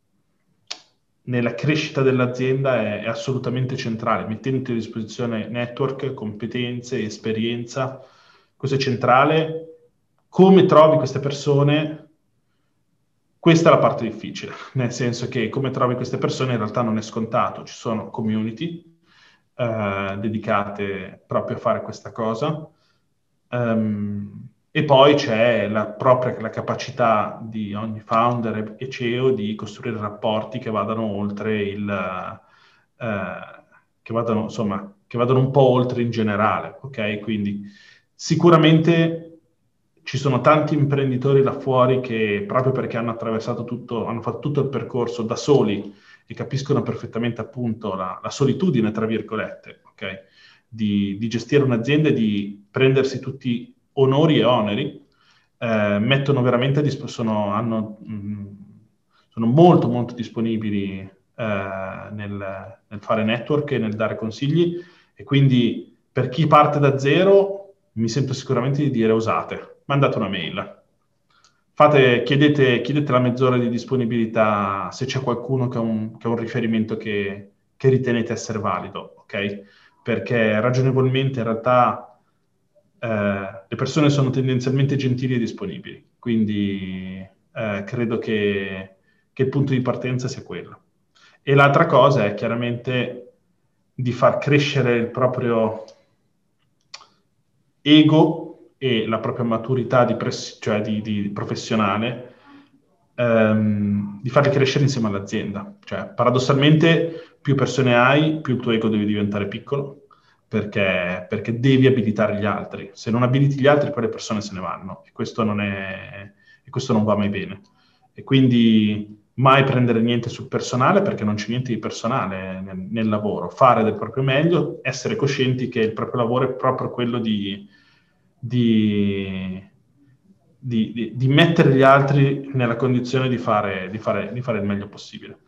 C: nella crescita dell'azienda è, è assolutamente centrale, mettendo a disposizione network, competenze, esperienza. Questo è centrale. Come trovi queste persone? Questa è la parte difficile, nel senso che come trovi queste persone in realtà non è scontato. Ci sono community eh, dedicate proprio a fare questa cosa. Um, e poi c'è la propria la capacità di ogni founder e C E O di costruire rapporti che vadano oltre il eh, che vadano, insomma, che vadano un po' oltre in generale, ok? Quindi sicuramente ci sono tanti imprenditori là fuori che proprio perché hanno attraversato tutto, hanno fatto tutto il percorso da soli e capiscono perfettamente appunto la, la solitudine, tra virgolette, ok? Di, di gestire un'azienda e di prendersi tutti onori e oneri, eh, mettono veramente a disposizione, hanno, mh, sono molto molto disponibili eh, nel, nel fare network e nel dare consigli, e quindi per chi parte da zero mi sento sicuramente di dire: usate, mandate una mail, fate, chiedete, chiedete la mezz'ora di disponibilità se c'è qualcuno che ha un, che ha un riferimento che, che ritenete essere valido, ok? Perché ragionevolmente in realtà eh, le persone sono tendenzialmente gentili e disponibili, quindi eh, credo che, che il punto di partenza sia quello. E l'altra cosa è chiaramente di far crescere il proprio ego e la propria maturità di, pres- cioè di, di professionale, ehm, di farli crescere insieme all'azienda. Cioè, paradossalmente, più persone hai, più il tuo ego deve diventare piccolo, perché, perché devi abilitare gli altri. Se non abiliti gli altri, poi le persone se ne vanno, e questo non è, e questo non va mai bene. E quindi mai prendere niente sul personale, perché non c'è niente di personale nel, nel lavoro. Fare del proprio meglio, essere coscienti che il proprio lavoro è proprio quello di, di, di, di, di mettere gli altri nella condizione di fare, di fare, di fare il meglio possibile.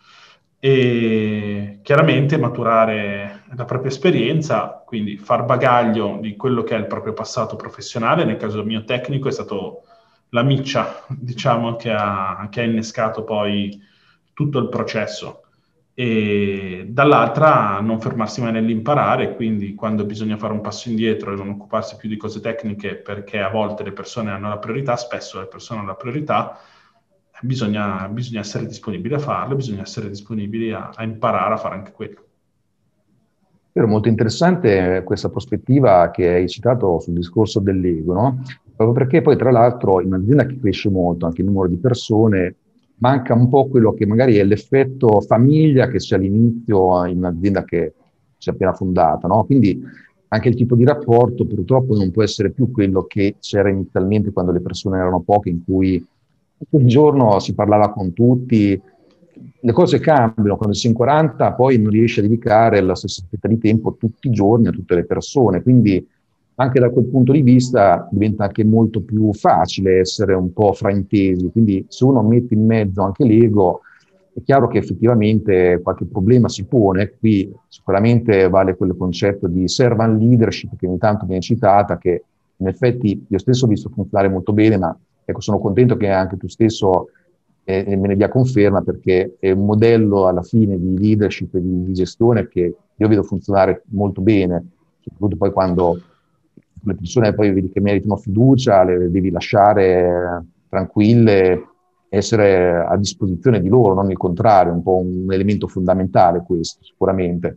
C: E chiaramente maturare la propria esperienza, quindi far bagaglio di quello che è il proprio passato professionale. Nel caso mio tecnico è stato la miccia, diciamo, che ha, che ha innescato poi tutto il processo, e dall'altra non fermarsi mai nell'imparare, quindi quando bisogna fare un passo indietro e non occuparsi più di cose tecniche, perché a volte le persone hanno la priorità, spesso le persone hanno la priorità, bisogna, bisogna essere disponibili a farlo, bisogna essere disponibili a, a imparare a fare anche quello.
B: È molto interessante questa prospettiva che hai citato sul discorso dell'ego, no? Proprio perché poi, tra l'altro, in un'azienda che cresce molto, anche il numero di persone, manca un po' quello che magari è l'effetto famiglia che c'è all'inizio in un'azienda che si è appena fondata, no? Quindi anche il tipo di rapporto purtroppo non può essere più quello che c'era inizialmente quando le persone erano poche, in cui tutto il giorno si parlava con tutti, le cose cambiano, quando sei in quaranta poi non riesci a dedicare la stessa fetta di tempo tutti i giorni a tutte le persone, quindi anche da quel punto di vista diventa anche molto più facile essere un po' fraintesi, quindi se uno mette in mezzo anche l'ego, è chiaro che effettivamente qualche problema si pone. Qui sicuramente vale quel concetto di servant leadership che ogni tanto viene citata, che in effetti io stesso ho visto funzionare molto bene, ma ecco, sono contento che anche tu stesso eh, me ne dia conferma, perché è un modello alla fine di leadership e di, di gestione che io vedo funzionare molto bene, soprattutto poi quando le persone poi vedi che meritano fiducia, le devi lasciare tranquille, essere a disposizione di loro, non il contrario, è un po' un elemento fondamentale questo, sicuramente.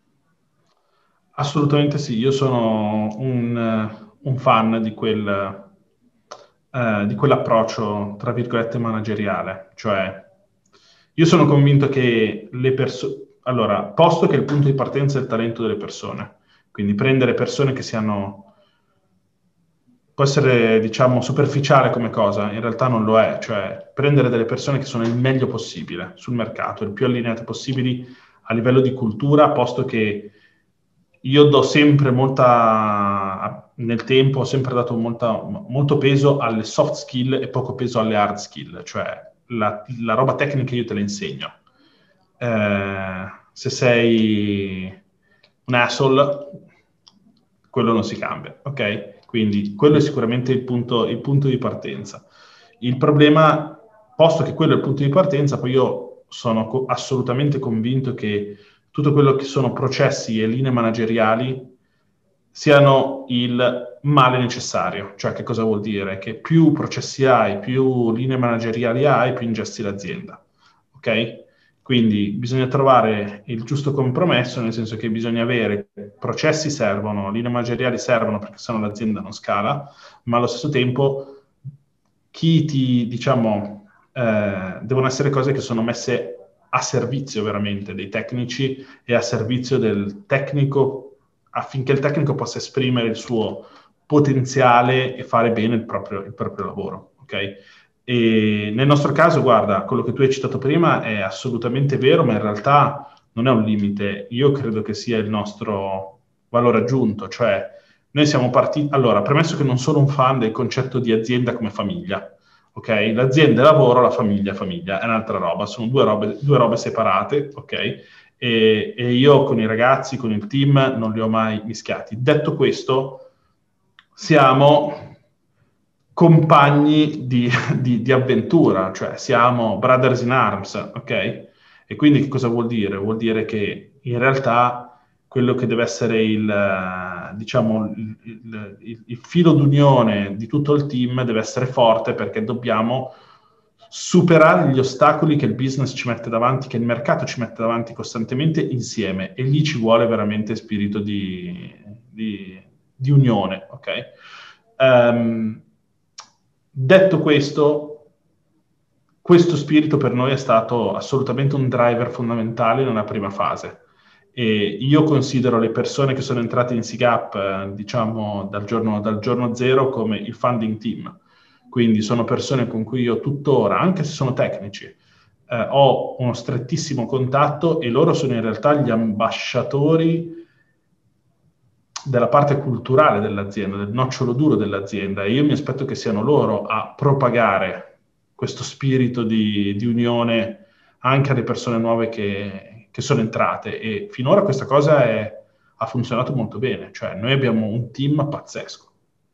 C: Assolutamente sì, io sono un, un fan di quel, eh, di quell'approccio, tra virgolette, manageriale, cioè io sono convinto che le persone, allora, posto che il punto di partenza è il talento delle persone, quindi prendere persone che siano, può essere, diciamo, superficiale come cosa, in realtà non lo è, cioè prendere delle persone che sono il meglio possibile sul mercato, il più allineate possibili a livello di cultura, posto che io do sempre molta, nel tempo ho sempre dato molta, molto peso alle soft skill e poco peso alle hard skill, cioè la, la roba tecnica io te la insegno. Eh, se sei un asshole, quello non si cambia, ok? Quindi quello è sicuramente il punto, il punto di partenza. Il problema, posto che quello è il punto di partenza, poi io sono co- assolutamente convinto che tutto quello che sono processi e linee manageriali siano il male necessario. Cioè, che cosa vuol dire? Che più processi hai, più linee manageriali hai, più ingesti l'azienda. Ok? Quindi bisogna trovare il giusto compromesso, nel senso che bisogna avere processi servono, linee manageriali servono perché sennò l'azienda non scala, ma allo stesso tempo chi ti, diciamo, eh, devono essere cose che sono messe a servizio veramente dei tecnici e a servizio del tecnico affinché il tecnico possa esprimere il suo potenziale e fare bene il proprio, il proprio lavoro, ok? E nel nostro caso, guarda, quello che tu hai citato prima è assolutamente vero, ma in realtà non è un limite. Io credo che sia il nostro valore aggiunto, cioè noi siamo partiti. Allora, premesso che non sono un fan del concetto di azienda come famiglia, ok? L'azienda è lavoro, la famiglia è famiglia, è un'altra roba, sono due robe, due robe separate, ok? E, e io con i ragazzi, con il team, non li ho mai mischiati. Detto questo, siamo compagni di, di, di avventura, cioè siamo brothers in arms, ok? E quindi che cosa vuol dire? Vuol dire che in realtà quello che deve essere il, eh, diciamo, il, il, il filo d'unione di tutto il team deve essere forte, perché dobbiamo superare gli ostacoli che il business ci mette davanti, che il mercato ci mette davanti costantemente insieme, e lì ci vuole veramente spirito di, di, di unione, ok? Um, detto questo, questo spirito per noi è stato assolutamente un driver fondamentale nella prima fase. E io considero le persone che sono entrate in SIGAP, eh, diciamo, dal giorno, dal giorno zero come il funding team. Quindi sono persone con cui io tuttora, anche se sono tecnici, eh, ho uno strettissimo contatto, e loro sono in realtà gli ambasciatori della parte culturale dell'azienda, del nocciolo duro dell'azienda, e io mi aspetto che siano loro a propagare questo spirito di, di unione anche alle persone nuove che, che sono entrate, e finora questa cosa è, ha funzionato molto bene, cioè noi abbiamo un team pazzesco.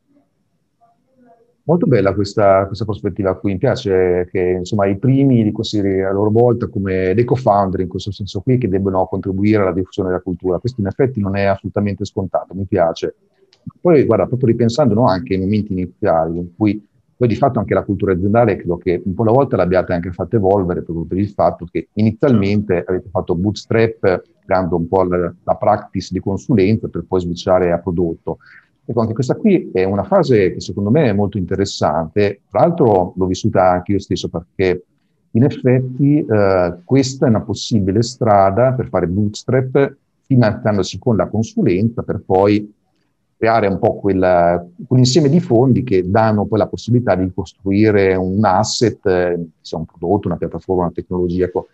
B: Molto bella questa, questa prospettiva qui, mi piace che insomma i primi li consideri a loro volta come dei co-founder in questo senso qui, che debbono contribuire alla diffusione della cultura. Questo in effetti non è assolutamente scontato, mi piace. Poi guarda, proprio ripensando, no, anche ai momenti iniziali in cui poi di fatto anche la cultura aziendale credo che un po' alla volta l'abbiate anche fatta evolvere, proprio per il fatto che inizialmente avete fatto bootstrap creando un po' la, la practice di consulenza per poi switchare a prodotto. Ecco, anche questa qui è una fase che secondo me è molto interessante, tra l'altro l'ho vissuta anche io stesso, perché in effetti eh, questa è una possibile strada per fare bootstrap, finanziandosi con la consulenza, per poi creare un po' quel, quell'insieme di fondi che danno poi la possibilità di costruire un asset, eh, sia un prodotto, una piattaforma, una tecnologia. Ecco.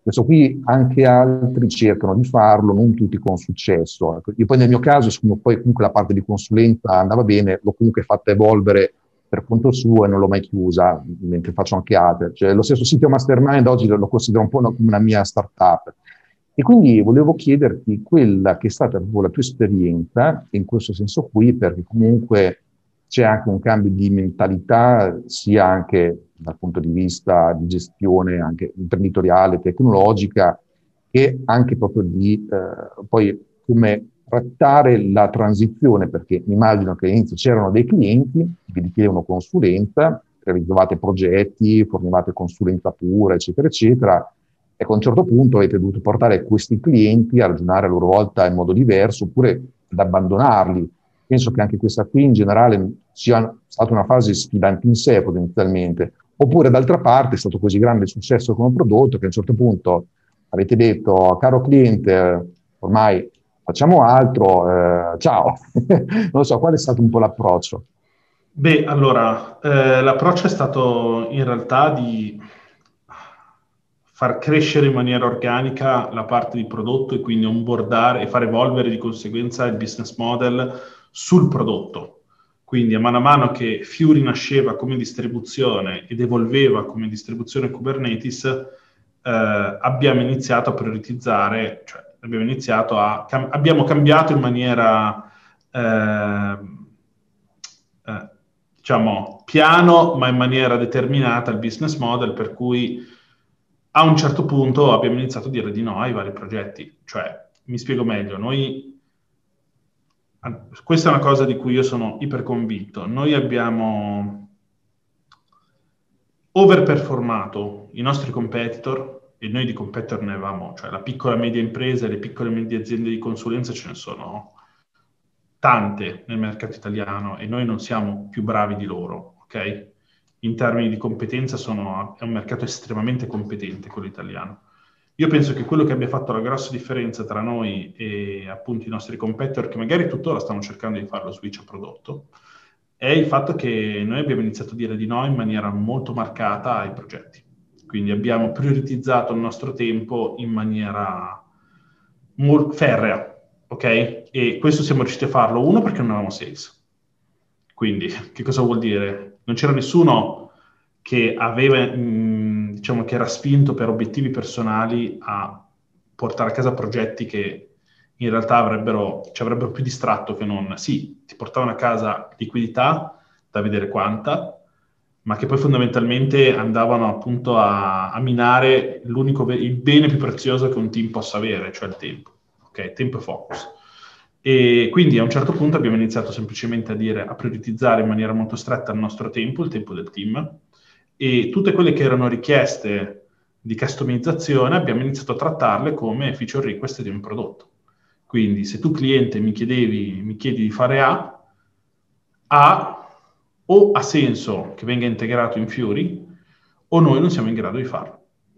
B: Questo qui anche altri cercano di farlo, non tutti con successo. Io poi nel mio caso, siccome poi comunque la parte di consulenza andava bene, l'ho comunque fatta evolvere per conto suo e non l'ho mai chiusa, mentre faccio anche altre. Cioè, lo stesso sito Mastermind oggi lo considero un po' una, come una mia startup. E quindi volevo chiederti quella che è stata proprio la tua esperienza in questo senso qui, perché comunque c'è anche un cambio di mentalità, sia anche dal punto di vista di gestione, anche imprenditoriale, tecnologica, e anche proprio di eh, poi come trattare la transizione, perché mi immagino che all'inizio c'erano dei clienti che vi chiedevano consulenza, realizzavate progetti, fornivate consulenza pura, eccetera, eccetera, e a un certo punto avete dovuto portare questi clienti a ragionare a loro volta in modo diverso, oppure ad abbandonarli. Penso che anche questa qui in generale sia stata una fase sfidante in sé potenzialmente, oppure d'altra parte è stato così grande il successo come prodotto che a un certo punto avete detto, caro cliente, ormai facciamo altro, eh, ciao. Non lo so, qual è stato un po' l'approccio?
C: Beh, allora, eh, l'approccio è stato in realtà di far crescere in maniera organica la parte di prodotto e quindi onboardare e far evolvere di conseguenza il business model sul prodotto. Quindi a mano a mano che Fury nasceva come distribuzione ed evolveva come distribuzione Kubernetes, eh, abbiamo iniziato a prioritizzare, cioè abbiamo iniziato a cam- abbiamo cambiato in maniera eh, eh, diciamo piano ma in maniera determinata il business model, per cui a un certo punto abbiamo iniziato a dire di no ai vari progetti. Cioè, mi spiego meglio, noi questa è una cosa di cui io sono iperconvinto. Noi abbiamo overperformato i nostri competitor, e noi di competitor ne avevamo, cioè la piccola e media impresa e le piccole e medie aziende di consulenza ce ne sono tante nel mercato italiano e noi non siamo più bravi di loro, ok? In termini di competenza sono, è un mercato estremamente competente quello italiano. Io penso che quello che abbia fatto la grossa differenza tra noi e appunto i nostri competitor, che magari tuttora stanno cercando di fare lo switch a prodotto, è il fatto che noi abbiamo iniziato a dire di no in maniera molto marcata ai progetti. Quindi abbiamo prioritizzato il nostro tempo in maniera molto ferrea, ok? E questo siamo riusciti a farlo, uno, perché non avevamo sales. Quindi, che cosa vuol dire? Non c'era nessuno che aveva, mh, diciamo, che era spinto per obiettivi personali a portare a casa progetti che in realtà avrebbero, ci avrebbero più distratto che non. Sì, ti portavano a casa liquidità, da vedere quanta, ma che poi fondamentalmente andavano appunto a, a minare l'unico, il bene più prezioso che un team possa avere, cioè il tempo. Ok, tempo e focus. E quindi a un certo punto abbiamo iniziato semplicemente a dire, a prioritizzare in maniera molto stretta il nostro tempo, il tempo del team, e tutte quelle che erano richieste di customizzazione abbiamo iniziato a trattarle come feature request di un prodotto. Quindi se tu cliente mi chiedevi, mi chiedi di fare A, A o ha senso che venga integrato in Fury o noi non siamo in grado di farlo.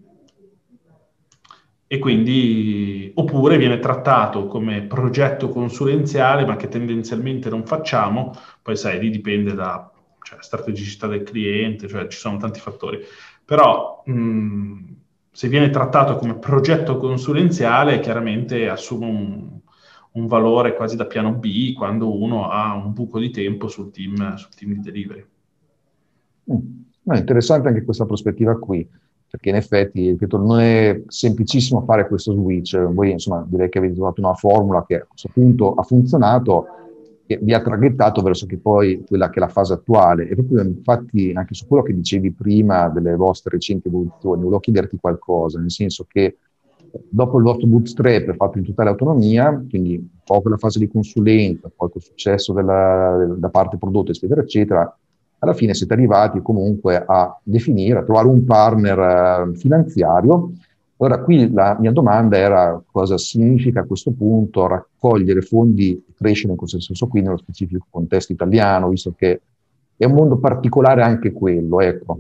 C: E quindi, oppure viene trattato come progetto consulenziale, ma che tendenzialmente non facciamo, poi sai, lì dipende da cioè, strategicità del cliente, cioè ci sono tanti fattori. Però mh, se viene trattato come progetto consulenziale, chiaramente assume un, un valore quasi da piano B quando uno ha un buco di tempo sul team, sul team di delivery.
B: Mm. No, è interessante anche questa prospettiva qui, perché in effetti ripeto, non è semplicissimo fare questo switch. Voi, insomma, direi che avete trovato una formula che a questo punto ha funzionato e vi ha traghettato verso che poi quella che è la fase attuale. E proprio infatti anche su quello che dicevi prima delle vostre recenti evoluzioni, volevo chiederti qualcosa, nel senso che dopo il vostro bootstrap fatto in totale autonomia, quindi un po' quella fase di consulenza, poi col successo della, da parte prodotto, eccetera, eccetera, alla fine siete arrivati comunque a definire, a trovare un partner eh, finanziario. Allora, qui la mia domanda era cosa significa a questo punto raccogliere fondi e crescere in questo senso qui nello specifico contesto italiano, visto che è un mondo particolare anche quello, ecco.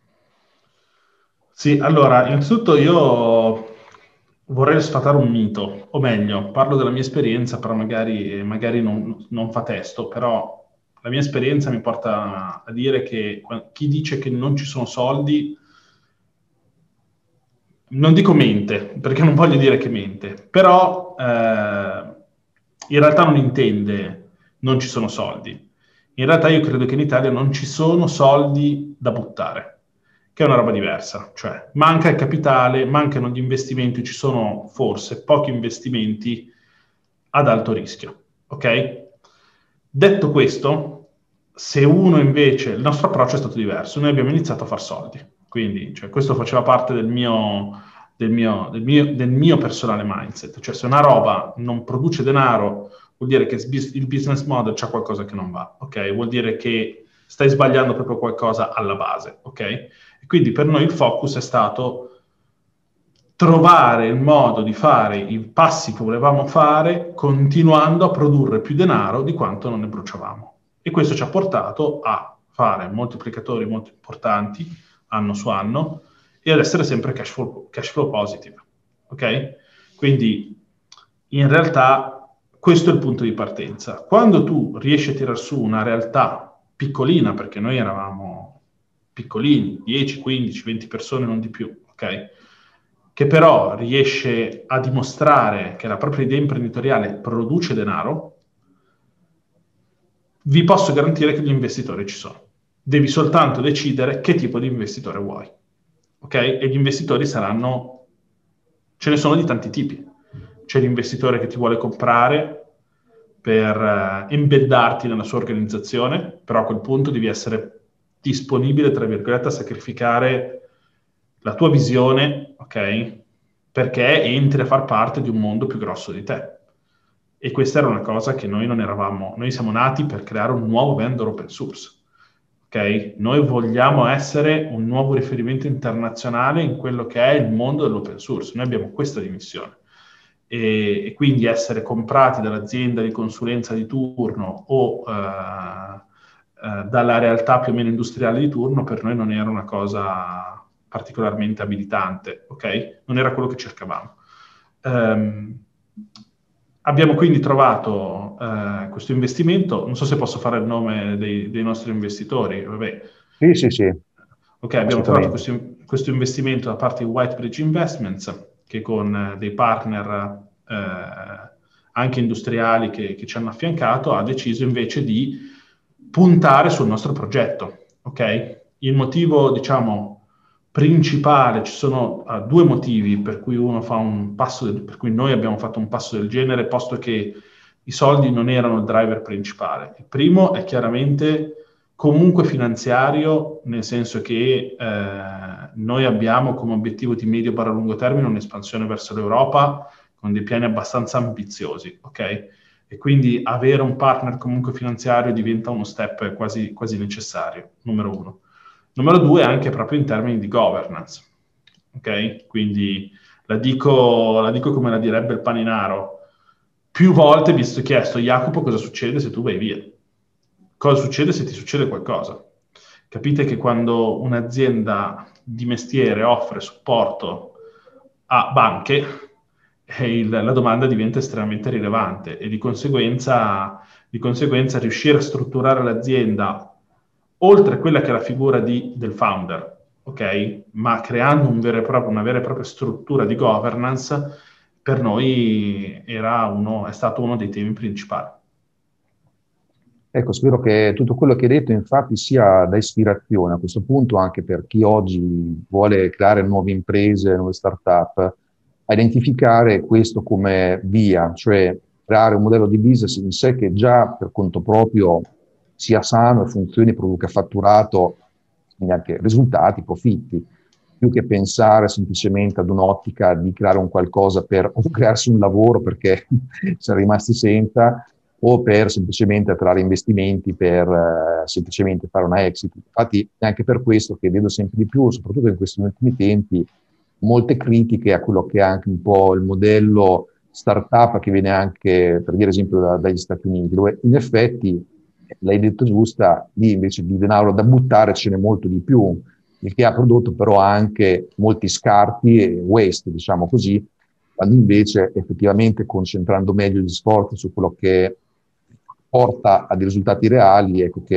C: Sì, allora, innanzitutto io vorrei sfatare un mito, o meglio, parlo della mia esperienza, però magari, magari non, non fa testo, però la mia esperienza mi porta a dire che chi dice che non ci sono soldi non dico mente, perché non voglio dire che mente, però eh, in realtà non intende non ci sono soldi. In realtà io credo che in Italia non ci sono soldi da buttare, che è una roba diversa. Cioè, manca il capitale, mancano gli investimenti, ci sono forse pochi investimenti ad alto rischio, ok? Detto questo, se uno invece, il nostro approccio è stato diverso, noi abbiamo iniziato a far soldi, quindi cioè, questo faceva parte del mio, del, mio, del, mio, del mio personale mindset, cioè se una roba non produce denaro vuol dire che il business model c'ha qualcosa che non va, ok? Vuol dire che stai sbagliando proprio qualcosa alla base, ok? E quindi per noi il focus è stato trovare il modo di fare i passi che volevamo fare continuando a produrre più denaro di quanto non ne bruciavamo. E questo ci ha portato a fare moltiplicatori molto importanti anno su anno e ad essere sempre cash flow, cash flow positive. Ok? Quindi in realtà questo è il punto di partenza. Quando tu riesci a tirar su una realtà piccolina, perché noi eravamo piccolini, dieci, quindici, venti persone, non di più, ok? Che però riesce a dimostrare che la propria idea imprenditoriale produce denaro, vi posso garantire che gli investitori ci sono. Devi soltanto decidere che tipo di investitore vuoi. Ok? E gli investitori saranno... Ce ne sono di tanti tipi. C'è l'investitore che ti vuole comprare per uh, embeddarti nella sua organizzazione, però a quel punto devi essere disponibile, tra virgolette, a sacrificare la tua visione, ok? Perché entri a far parte di un mondo più grosso di te. E questa era una cosa che noi non eravamo, noi siamo nati per creare un nuovo vendor open source, ok? Noi vogliamo essere un nuovo riferimento internazionale in quello che è il mondo dell'open source, noi abbiamo questa dimissione. E, e quindi essere comprati dall'azienda di consulenza di turno o uh, uh, dalla realtà più o meno industriale di turno per noi non era una cosa particolarmente abilitante, ok? Non era quello che cercavamo. Um, abbiamo quindi trovato uh, questo investimento, non so se posso fare il nome dei, dei nostri investitori, vabbè.
B: Sì, sì, sì.
C: Ok, abbiamo trovato questo, questo investimento da parte di Whitebridge Investments, che con eh, dei partner eh, anche industriali che, che ci hanno affiancato, ha deciso invece di puntare sul nostro progetto. Ok? Il motivo, diciamo, principale, ci sono uh, due motivi per cui uno fa un passo, del, per cui noi abbiamo fatto un passo del genere, posto che i soldi non erano il driver principale. Il primo è chiaramente comunque finanziario, nel senso che eh, noi abbiamo come obiettivo di medio barra lungo termine un'espansione verso l'Europa con dei piani abbastanza ambiziosi, ok? E quindi avere un partner comunque finanziario diventa uno step quasi, quasi necessario, numero uno. Numero due, anche proprio in termini di governance, ok? Quindi la dico, la dico come la direbbe il Paninaro. Più volte mi è stato chiesto, Jacopo, cosa succede se tu vai via? Cosa succede se ti succede qualcosa? Capite che quando un'azienda di mestiere offre supporto a banche, eh, il, la domanda diventa estremamente rilevante e di conseguenza, di conseguenza riuscire a strutturare l'azienda oltre quella che è la figura di, del founder, ok? Ma creando un vero e proprio, una vera e propria struttura di governance, per noi era uno, è stato uno dei temi principali.
B: Ecco, spero che tutto quello che hai detto infatti sia da ispirazione a questo punto anche per chi oggi vuole creare nuove imprese, nuove start-up, a identificare questo come via, cioè creare un modello di business in sé che già per conto proprio sia sano e funzioni, produca fatturato, quindi anche risultati, profitti, più che pensare semplicemente ad un'ottica di creare un qualcosa per o crearsi un lavoro perché siamo rimasti senza, o per semplicemente attrarre investimenti per eh, semplicemente fare una exit. Infatti è anche per questo che vedo sempre di più, soprattutto in questi ultimi tempi, molte critiche a quello che è anche un po' il modello startup che viene anche, per dire esempio, da, dagli Stati Uniti, dove in effetti, l'hai detto giusta, lì invece di denaro da buttare ce n'è molto di più, il che ha prodotto però anche molti scarti e waste, diciamo così, quando invece effettivamente concentrando meglio gli sforzi su quello che porta a dei risultati reali, ecco che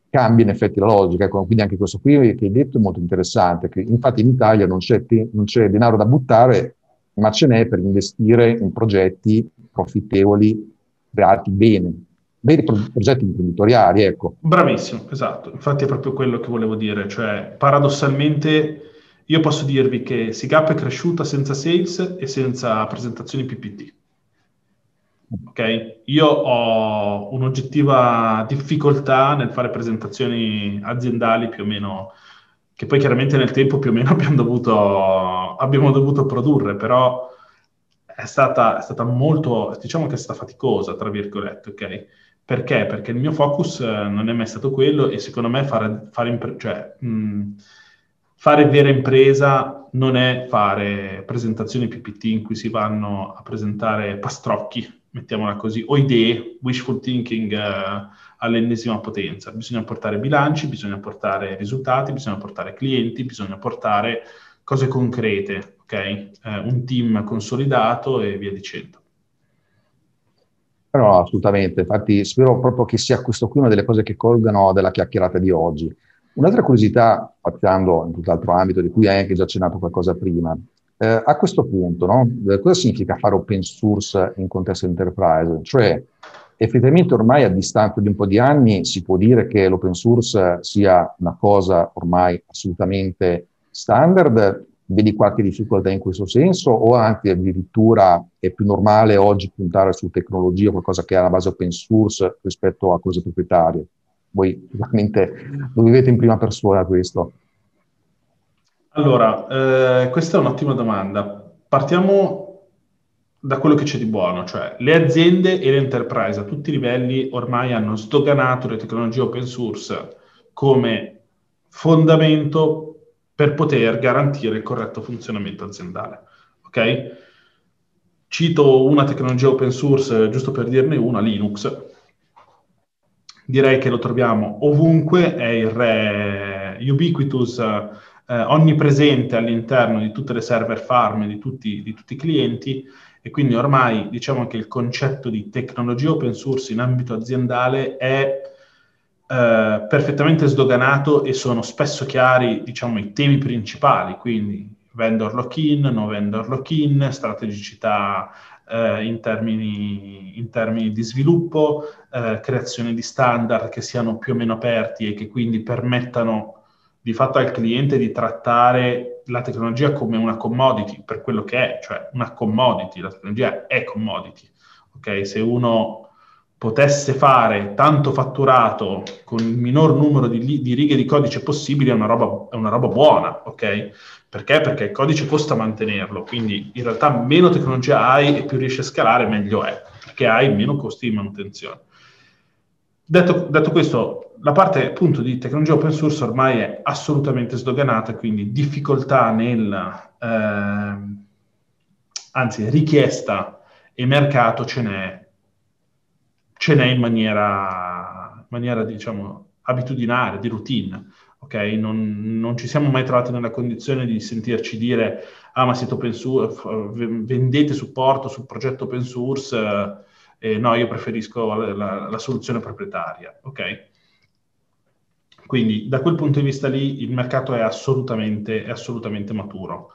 B: cambia in effetti la logica. Ecco, quindi anche questo qui che hai detto è molto interessante, che infatti in Italia non c'è, te- non c'è denaro da buttare, ma ce n'è per investire in progetti profittevoli, creati bene, veri pro- progetti imprenditoriali, ecco.
C: Bravissimo, esatto. Infatti è proprio quello che volevo dire. Cioè, paradossalmente, io posso dirvi che SIGAP è cresciuta senza sales e senza presentazioni P P T. Ok? Io ho un'oggettiva difficoltà nel fare presentazioni aziendali più o meno, che poi chiaramente nel tempo più o meno abbiamo dovuto, abbiamo dovuto produrre, però è stata, è stata molto, diciamo che è stata faticosa, tra virgolette, ok? Perché? Perché il mio focus eh, non è mai stato quello e secondo me fare, fare, impre- cioè, mh, fare vera impresa non è fare presentazioni P P T in cui si vanno a presentare pastrocchi, mettiamola così, o idee, wishful thinking eh, all'ennesima potenza. Bisogna portare bilanci, bisogna portare risultati, bisogna portare clienti, bisogna portare cose concrete, ok? Eh, un team consolidato e via dicendo.
B: Però assolutamente, infatti spero proprio che sia questo qui una delle cose che colgano della chiacchierata di oggi. Un'altra curiosità, passando in tutt'altro ambito di cui hai anche già accennato qualcosa prima, eh, a questo punto, no? Eh, cosa significa fare open source in contesto enterprise? Cioè, effettivamente ormai a distanza di un po' di anni si può dire che l'open source sia una cosa ormai assolutamente standard. Vedi qualche difficoltà in questo senso o anche addirittura è più normale oggi puntare su tecnologia, qualcosa che ha una base open source rispetto a cose proprietarie? Voi sicuramente lo vivete in prima persona questo.
C: Allora, eh, questa è un'ottima domanda. Partiamo da quello che c'è di buono, cioè le aziende e le enterprise a tutti i livelli ormai hanno sdoganato le tecnologie open source come fondamento per poter garantire il corretto funzionamento aziendale. Ok? Cito una tecnologia open source, giusto per dirne una, Linux. Direi che lo troviamo ovunque, è il re ubiquitous, eh, onnipresente all'interno di tutte le server farm, di tutti, di tutti i clienti, e quindi ormai diciamo che il concetto di tecnologia open source in ambito aziendale è eh, perfettamente sdoganato e sono spesso chiari, diciamo, i temi principali, quindi vendor lock-in, no vendor lock-in, strategicità eh, in termini, in termini di sviluppo, eh, creazione di standard che siano più o meno aperti e che quindi permettano di fatto al cliente di trattare la tecnologia come una commodity, per quello che è, cioè una commodity, la tecnologia è commodity. Ok? Se uno potesse fare tanto fatturato con il minor numero di, di righe di codice possibile è una roba, è una roba buona, ok? Perché? Perché il codice costa mantenerlo, quindi in realtà meno tecnologia hai e più riesci a scalare, meglio è, perché hai meno costi di manutenzione. Detto, detto questo, la parte appunto di tecnologia open source ormai è assolutamente sdoganata, quindi difficoltà nel, eh, anzi richiesta e mercato ce n'è, ce n'è in maniera, in maniera diciamo, abitudinaria, di routine. Okay? Non, non ci siamo mai trovati nella condizione di sentirci dire ah ma siete open source, vendete supporto sul progetto open source, eh, no, io preferisco la, la, la soluzione proprietaria. Ok? Quindi da quel punto di vista lì il mercato è assolutamente, è assolutamente maturo.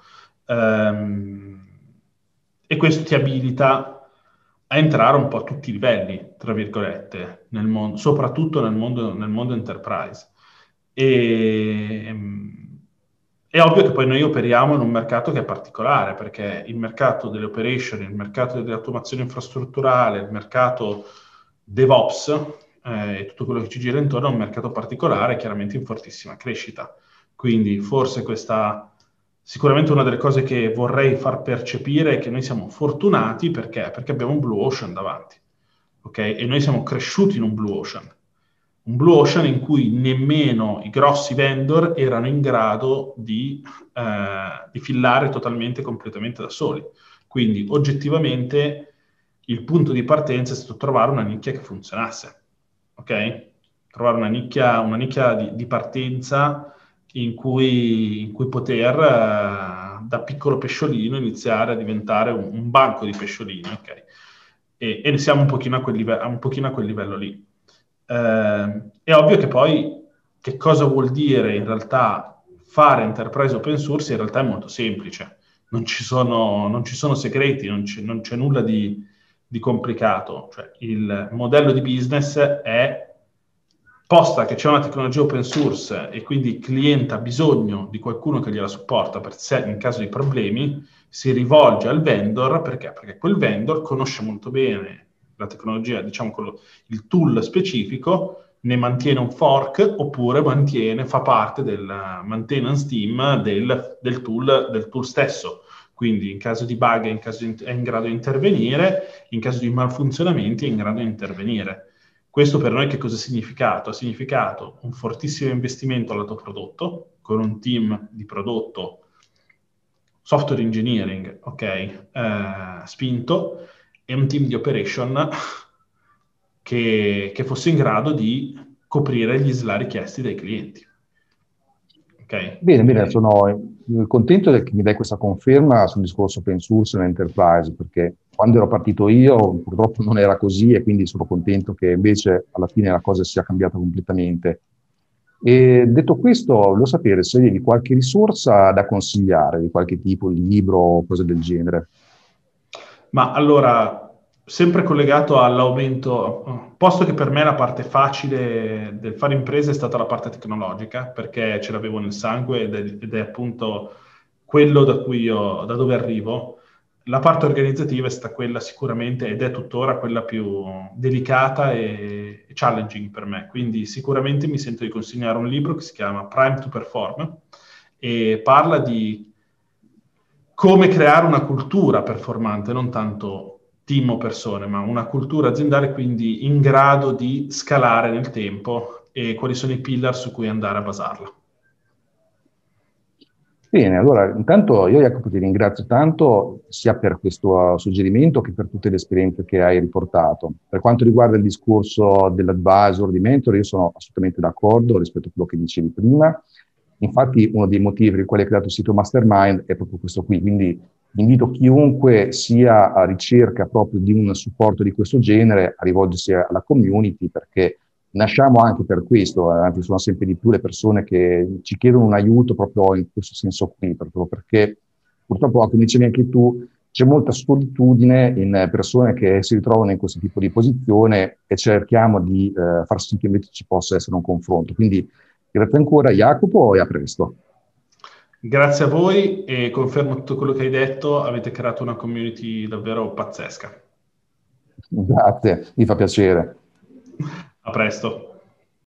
C: Um, e questo ti abilita a entrare un po' a tutti i livelli, tra virgolette, nel mondo, soprattutto nel mondo, nel mondo enterprise. E, è ovvio che poi noi operiamo in un mercato che è particolare, perché il mercato delle operation, il mercato dell'automazione infrastrutturale, il mercato DevOps eh, e tutto quello che ci gira intorno è un mercato particolare, chiaramente in fortissima crescita. Quindi forse questa, sicuramente una delle cose che vorrei far percepire è che noi siamo fortunati perché? Perché abbiamo un blue ocean davanti, ok? E noi siamo cresciuti in un blue ocean. Un blue ocean in cui nemmeno i grossi vendor erano in grado di, eh, di fillare totalmente e completamente da soli. Quindi oggettivamente il punto di partenza è stato trovare una nicchia che funzionasse, ok? Trovare una nicchia, una nicchia di, di partenza in cui, in cui poter eh, da piccolo pesciolino iniziare a diventare un, un banco di pesciolini, ok? E, e siamo un pochino a quel, live- un pochino a quel livello lì. Eh, è ovvio che poi che cosa vuol dire in realtà fare enterprise open source, in realtà è molto semplice. Non ci sono, non ci sono segreti, non c'è, non c'è nulla di, di complicato. Cioè, il modello di business è, posta che c'è una tecnologia open source e quindi il cliente ha bisogno di qualcuno che gliela supporta per sé in caso di problemi, si rivolge al vendor, perché? Perché quel vendor conosce molto bene la tecnologia, diciamo quello, il tool specifico, ne mantiene un fork oppure mantiene, fa parte del maintenance team del, del, tool, del tool stesso. Quindi in caso di bug è in, caso di, è in grado di intervenire, in caso di malfunzionamenti è in grado di intervenire. Questo per noi che cosa ha significato? Ha significato un fortissimo investimento al lato prodotto, con un team di prodotto, software engineering, ok, eh, spinto, e un team di operation che, che fosse in grado di coprire gli S L A richiesti dai clienti. Okay.
B: Bene, bene, sono contento che mi dai questa conferma sul discorso open source nell'enterprise, perché quando ero partito io purtroppo non era così e quindi sono contento che invece alla fine la cosa sia cambiata completamente. E detto questo, volevo sapere se avevi qualche risorsa da consigliare, di qualche tipo, di libro o cose del genere.
C: Ma allora, sempre collegato all'aumento, posto che per me la parte facile del fare impresa è stata la parte tecnologica, perché ce l'avevo nel sangue ed è, ed è appunto quello da cui io, da dove arrivo. La parte organizzativa è stata quella sicuramente, ed è tuttora quella più delicata e challenging per me. Quindi sicuramente mi sento di consigliare un libro che si chiama Prime to Perform e parla di come creare una cultura performante, non tanto team o persone, ma una cultura aziendale quindi in grado di scalare nel tempo e quali sono i pillar su cui andare a basarla.
B: Bene, allora intanto io Jacopo ti ringrazio tanto sia per questo suggerimento che per tutte le esperienze che hai riportato. Per quanto riguarda il discorso dell'advisor, di mentor, io sono assolutamente d'accordo rispetto a quello che dicevi prima. Infatti uno dei motivi per i quali ho creato il sito Mastermind è proprio questo qui, quindi invito chiunque sia a ricerca proprio di un supporto di questo genere a rivolgersi alla community, perché nasciamo anche per questo, anzi sono sempre di più le persone che ci chiedono un aiuto proprio in questo senso qui, proprio perché purtroppo, come dicevi anche tu, c'è molta solitudine in persone che si ritrovano in questo tipo di posizione e cerchiamo di eh, far sì che invece ci possa essere un confronto. Quindi grazie ancora Jacopo e a presto.
C: Grazie a voi e confermo tutto quello che hai detto, avete creato una community davvero pazzesca.
B: Grazie, mi fa piacere.
C: A presto.